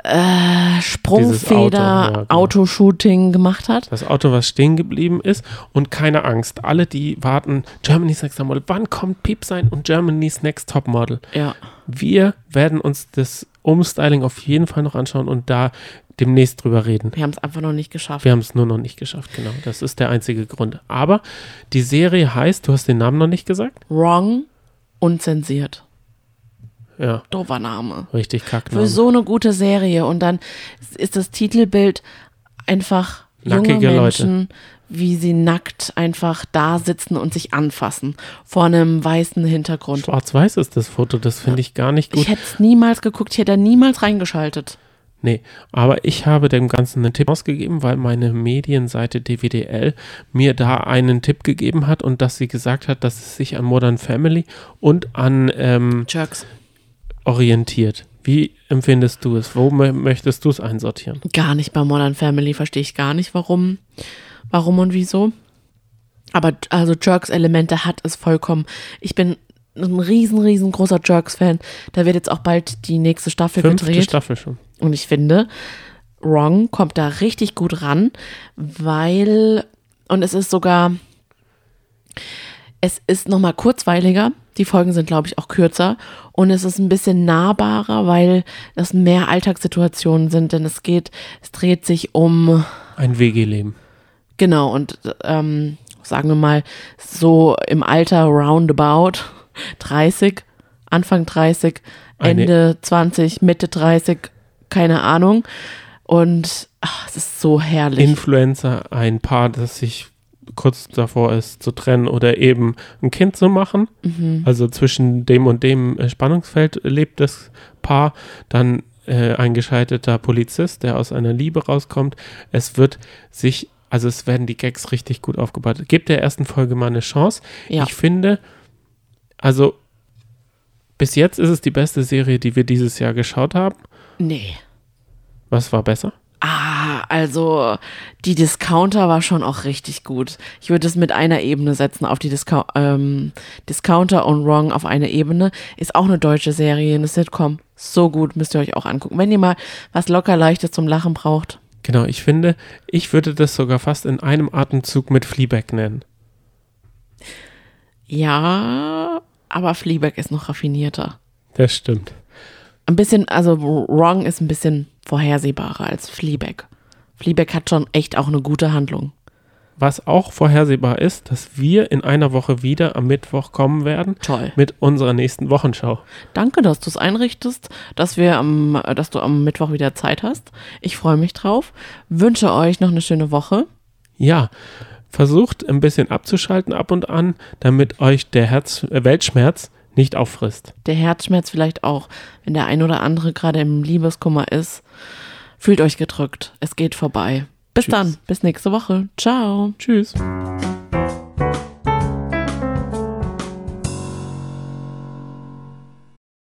Speaker 1: äh, Sprungfeder,
Speaker 2: Auto, ja, genau.
Speaker 1: Autoshooting gemacht hat.
Speaker 2: Das Auto, was stehen geblieben ist. Und keine Angst, alle, die warten, Germany's Next Topmodel, wann kommt Piep sein und Germany's Next Topmodel?
Speaker 1: Ja.
Speaker 2: Wir werden uns das Umstyling auf jeden Fall noch anschauen und da demnächst drüber reden.
Speaker 1: Wir haben es einfach noch nicht geschafft.
Speaker 2: Wir haben es nur noch nicht geschafft, genau. Das ist der einzige Grund. Aber die Serie heißt, du hast den Namen noch nicht gesagt?
Speaker 1: Wrong, unzensiert.
Speaker 2: Ja.
Speaker 1: Doofer Name.
Speaker 2: Richtig Kackname.
Speaker 1: Für so eine gute Serie. Und dann ist das Titelbild einfach
Speaker 2: Nackige
Speaker 1: junge Menschen,
Speaker 2: Leute.
Speaker 1: wie sie nackt einfach da sitzen und sich anfassen. Vor einem weißen Hintergrund.
Speaker 2: Schwarz-Weiß ist das Foto, das finde ich gar nicht gut.
Speaker 1: Ich hätte es niemals geguckt, ich hätte da niemals reingeschaltet.
Speaker 2: Nee, aber ich habe dem Ganzen einen Tipp ausgegeben, weil meine Medienseite D W D L mir da einen Tipp gegeben hat und dass sie gesagt hat, dass es sich an Modern Family und an ähm,
Speaker 1: Jerks.
Speaker 2: orientiert. Wie empfindest du es? Wo m- möchtest du es einsortieren?
Speaker 1: Gar nicht bei Modern Family, verstehe ich gar nicht, warum, warum und wieso. Aber also Jerks-Elemente hat es vollkommen. Ich bin ein riesen, riesengroßer Jerks-Fan. Da wird jetzt auch bald die nächste Staffel
Speaker 2: Fünfte
Speaker 1: gedreht.
Speaker 2: Staffel schon.
Speaker 1: Und ich finde, Wrong kommt da richtig gut ran, weil, und es ist sogar, es ist nochmal kurzweiliger. Die Folgen sind, glaube ich, auch kürzer. Und es ist ein bisschen nahbarer, weil das mehr Alltagssituationen sind. Denn es geht, es dreht sich um,
Speaker 2: Ein W G-Leben.
Speaker 1: genau, und ähm, sagen wir mal, so im Alter roundabout dreißig, Anfang dreißig,
Speaker 2: Eine-
Speaker 1: Ende zwanzig, Mitte dreißig, keine Ahnung. Und ach, es ist so herrlich.
Speaker 2: Influencer, ein Paar, das sich kurz davor ist zu trennen oder eben ein Kind zu machen.
Speaker 1: Mhm.
Speaker 2: Also zwischen dem und dem äh, Spannungsfeld lebt das Paar. Dann äh, ein gescheiterter Polizist, der aus einer Liebe rauskommt. Es wird sich, also es werden die Gags richtig gut aufgebaut. Gebt der ersten Folge mal eine Chance.
Speaker 1: Ja.
Speaker 2: Ich finde, also bis jetzt ist es die beste Serie, die wir dieses Jahr geschaut haben.
Speaker 1: Nee.
Speaker 2: Was war besser?
Speaker 1: Ah, also die Discounter war schon auch richtig gut. Ich würde es mit einer Ebene setzen auf die Discou- ähm, Discounter und Wrong auf eine Ebene. Ist auch eine deutsche Serie, eine Sitcom. So gut, müsst ihr euch auch angucken. Wenn ihr mal was locker Leichtes zum Lachen braucht.
Speaker 2: Genau, ich finde, ich würde das sogar fast in einem Atemzug mit Fleabag nennen.
Speaker 1: Ja, aber Fleabag ist noch raffinierter.
Speaker 2: Das stimmt.
Speaker 1: Ein bisschen, also Wrong ist ein bisschen vorhersehbarer als Fleabag. Fleabag hat schon echt auch eine gute Handlung.
Speaker 2: Was auch vorhersehbar ist, dass wir in einer Woche wieder am Mittwoch kommen werden
Speaker 1: Toll.
Speaker 2: mit unserer nächsten Wochenschau.
Speaker 1: Danke, dass du es einrichtest, dass wir am, dass du am Mittwoch wieder Zeit hast. Ich freue mich drauf. Wünsche euch noch eine schöne Woche.
Speaker 2: Ja, versucht ein bisschen abzuschalten ab und an, damit euch der Herz, äh, Weltschmerz nicht auffrisst.
Speaker 1: Der Herzschmerz vielleicht auch, wenn der ein oder andere gerade im Liebeskummer ist. Fühlt euch gedrückt. Es geht vorbei. Bis
Speaker 2: Tschüss.
Speaker 1: dann. Bis nächste Woche. Ciao.
Speaker 2: Tschüss.